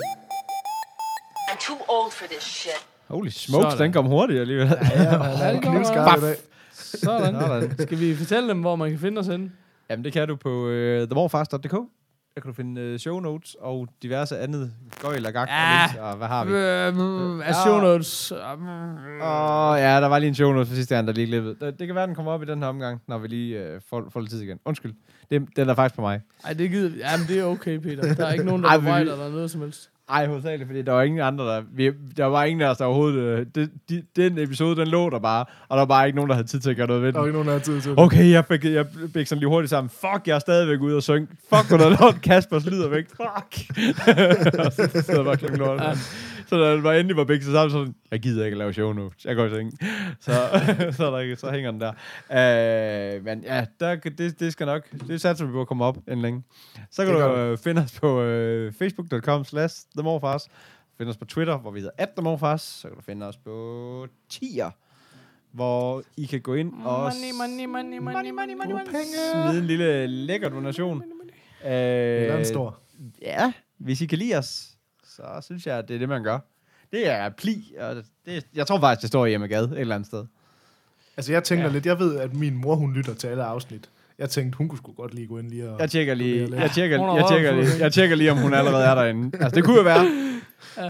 I'm too old for this shit.
Holy smokes, sådan. Den kom hurtigt alligevel.
Ja, ja, ja, ja, knivskarp i dag.
Sådan. Sådan. Skal vi fortælle dem, hvor man kan finde os henne?
Jamen, det kan du på uh, the more fast dot d k. Der kan du finde uh, show notes og diverse andet gøjl og gak
ja.
og links, og hvad har vi?
Øh, uh, show notes.
Åh, oh, ja, der var lige en show notes for sidste gang, der lige glippede. Det, det kan være, den kommer op i den her omgang, når vi lige uh, får, får lidt tid igen. Undskyld. Det, den er faktisk på mig.
Ej, det gider Jamen, det er okay, Peter. Der er ikke nogen, der bebrejder eller noget som helst.
Ej, hovedsageligt, fordi der var ingen andre, der... Vi, der var ingen af os, der overhovedet... Det, de, den episode, den lå der bare, og der var bare ikke nogen, der havde tid til at gøre noget ved den.
Der var ikke nogen, der havde tid til det.
Okay, jeg fik, jeg fik sådan lige hurtigt sammen. Fuck, jeg er stadigvæk ude og synge. Fuck, hvor der lort Kaspers lyder væk. Fuck. Og så sidder bare klokken lort. Ja. Så da det var endelig var begge sammen, så sådan, jeg gider ikke at lave show notes. Jeg går i seng. Så, så, der, så hænger den der. Uh, men ja, der, det, det skal nok... Det satser vi på at komme op inden længe. Så kan det du uh, finde os på uh, facebook dot com slash the more fast. Find os på Twitter, hvor vi hedder at the more fast. Så kan du finde os på Tier, hvor I kan gå ind og
money, money, money, money, money, money, money.
smide en lille lækker donation.
Eller en stor.
Ja, hvis I kan lide os, så synes jeg, at det er det, man gør. Det er pli, og det, jeg tror faktisk, det står i Emma Gade et eller andet sted.
Altså, jeg tænker ja. lidt, jeg ved, at min mor, hun lytter til alle afsnit. Jeg tænkte, hun kunne sgu godt lige gå ind lige og...
Jeg tjekker lige, jeg tjekker, jeg tjekker, jeg tjekker, lige, jeg tjekker lige, om hun allerede er derinde. Altså, det kunne jo være. Ja.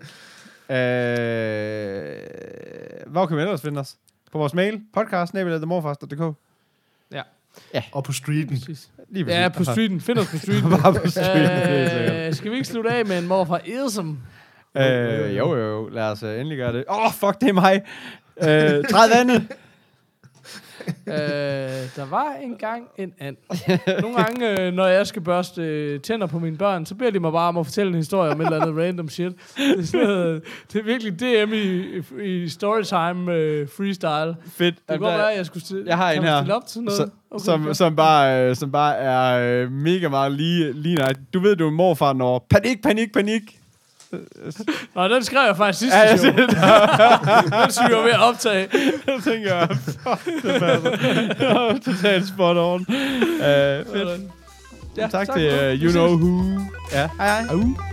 Øh, hvor kan vi ellers finde os? På vores mail, podcast snabel-a the more fast dot d k.
Ja.
Ja.
Og på streeten.
Lige
ja, på streeten. Find os på streeten.
Bare på streeten.
øh, skal vi ikke slutte af med en mor fra Edsom?
Øh, jo, jo, jo. Lad os uh, endelig gøre det. Åh, oh, fuck, det er mig. Øh, træd vandet.
øh, der var engang en and. Nogle gange, øh, når jeg skal børste øh, tænder på mine børn, så beder de mig bare om at fortælle en historie om et eller andet random shit. Det er, sådan, øh, det er virkelig D M i, i storytime øh, freestyle.
Fedt.
Det kunne godt være, at jeg skulle stille,
jeg har en her,
op til noget.
Så, okay, som, okay. som, bare, øh, som bare er øh, mega meget lige, lige nej. Du ved, du er morfar, når panik, panik, panik.
Nå, den skrev jeg faktisk sidste
ja,
show. Den synes jeg ved at optage.
Jeg tænker, fuck, det passer. Totalt spot on. Uh, fedt.
Ja,
tak,
tak
til uh, You Know Who. Ja, hej hej.
Au.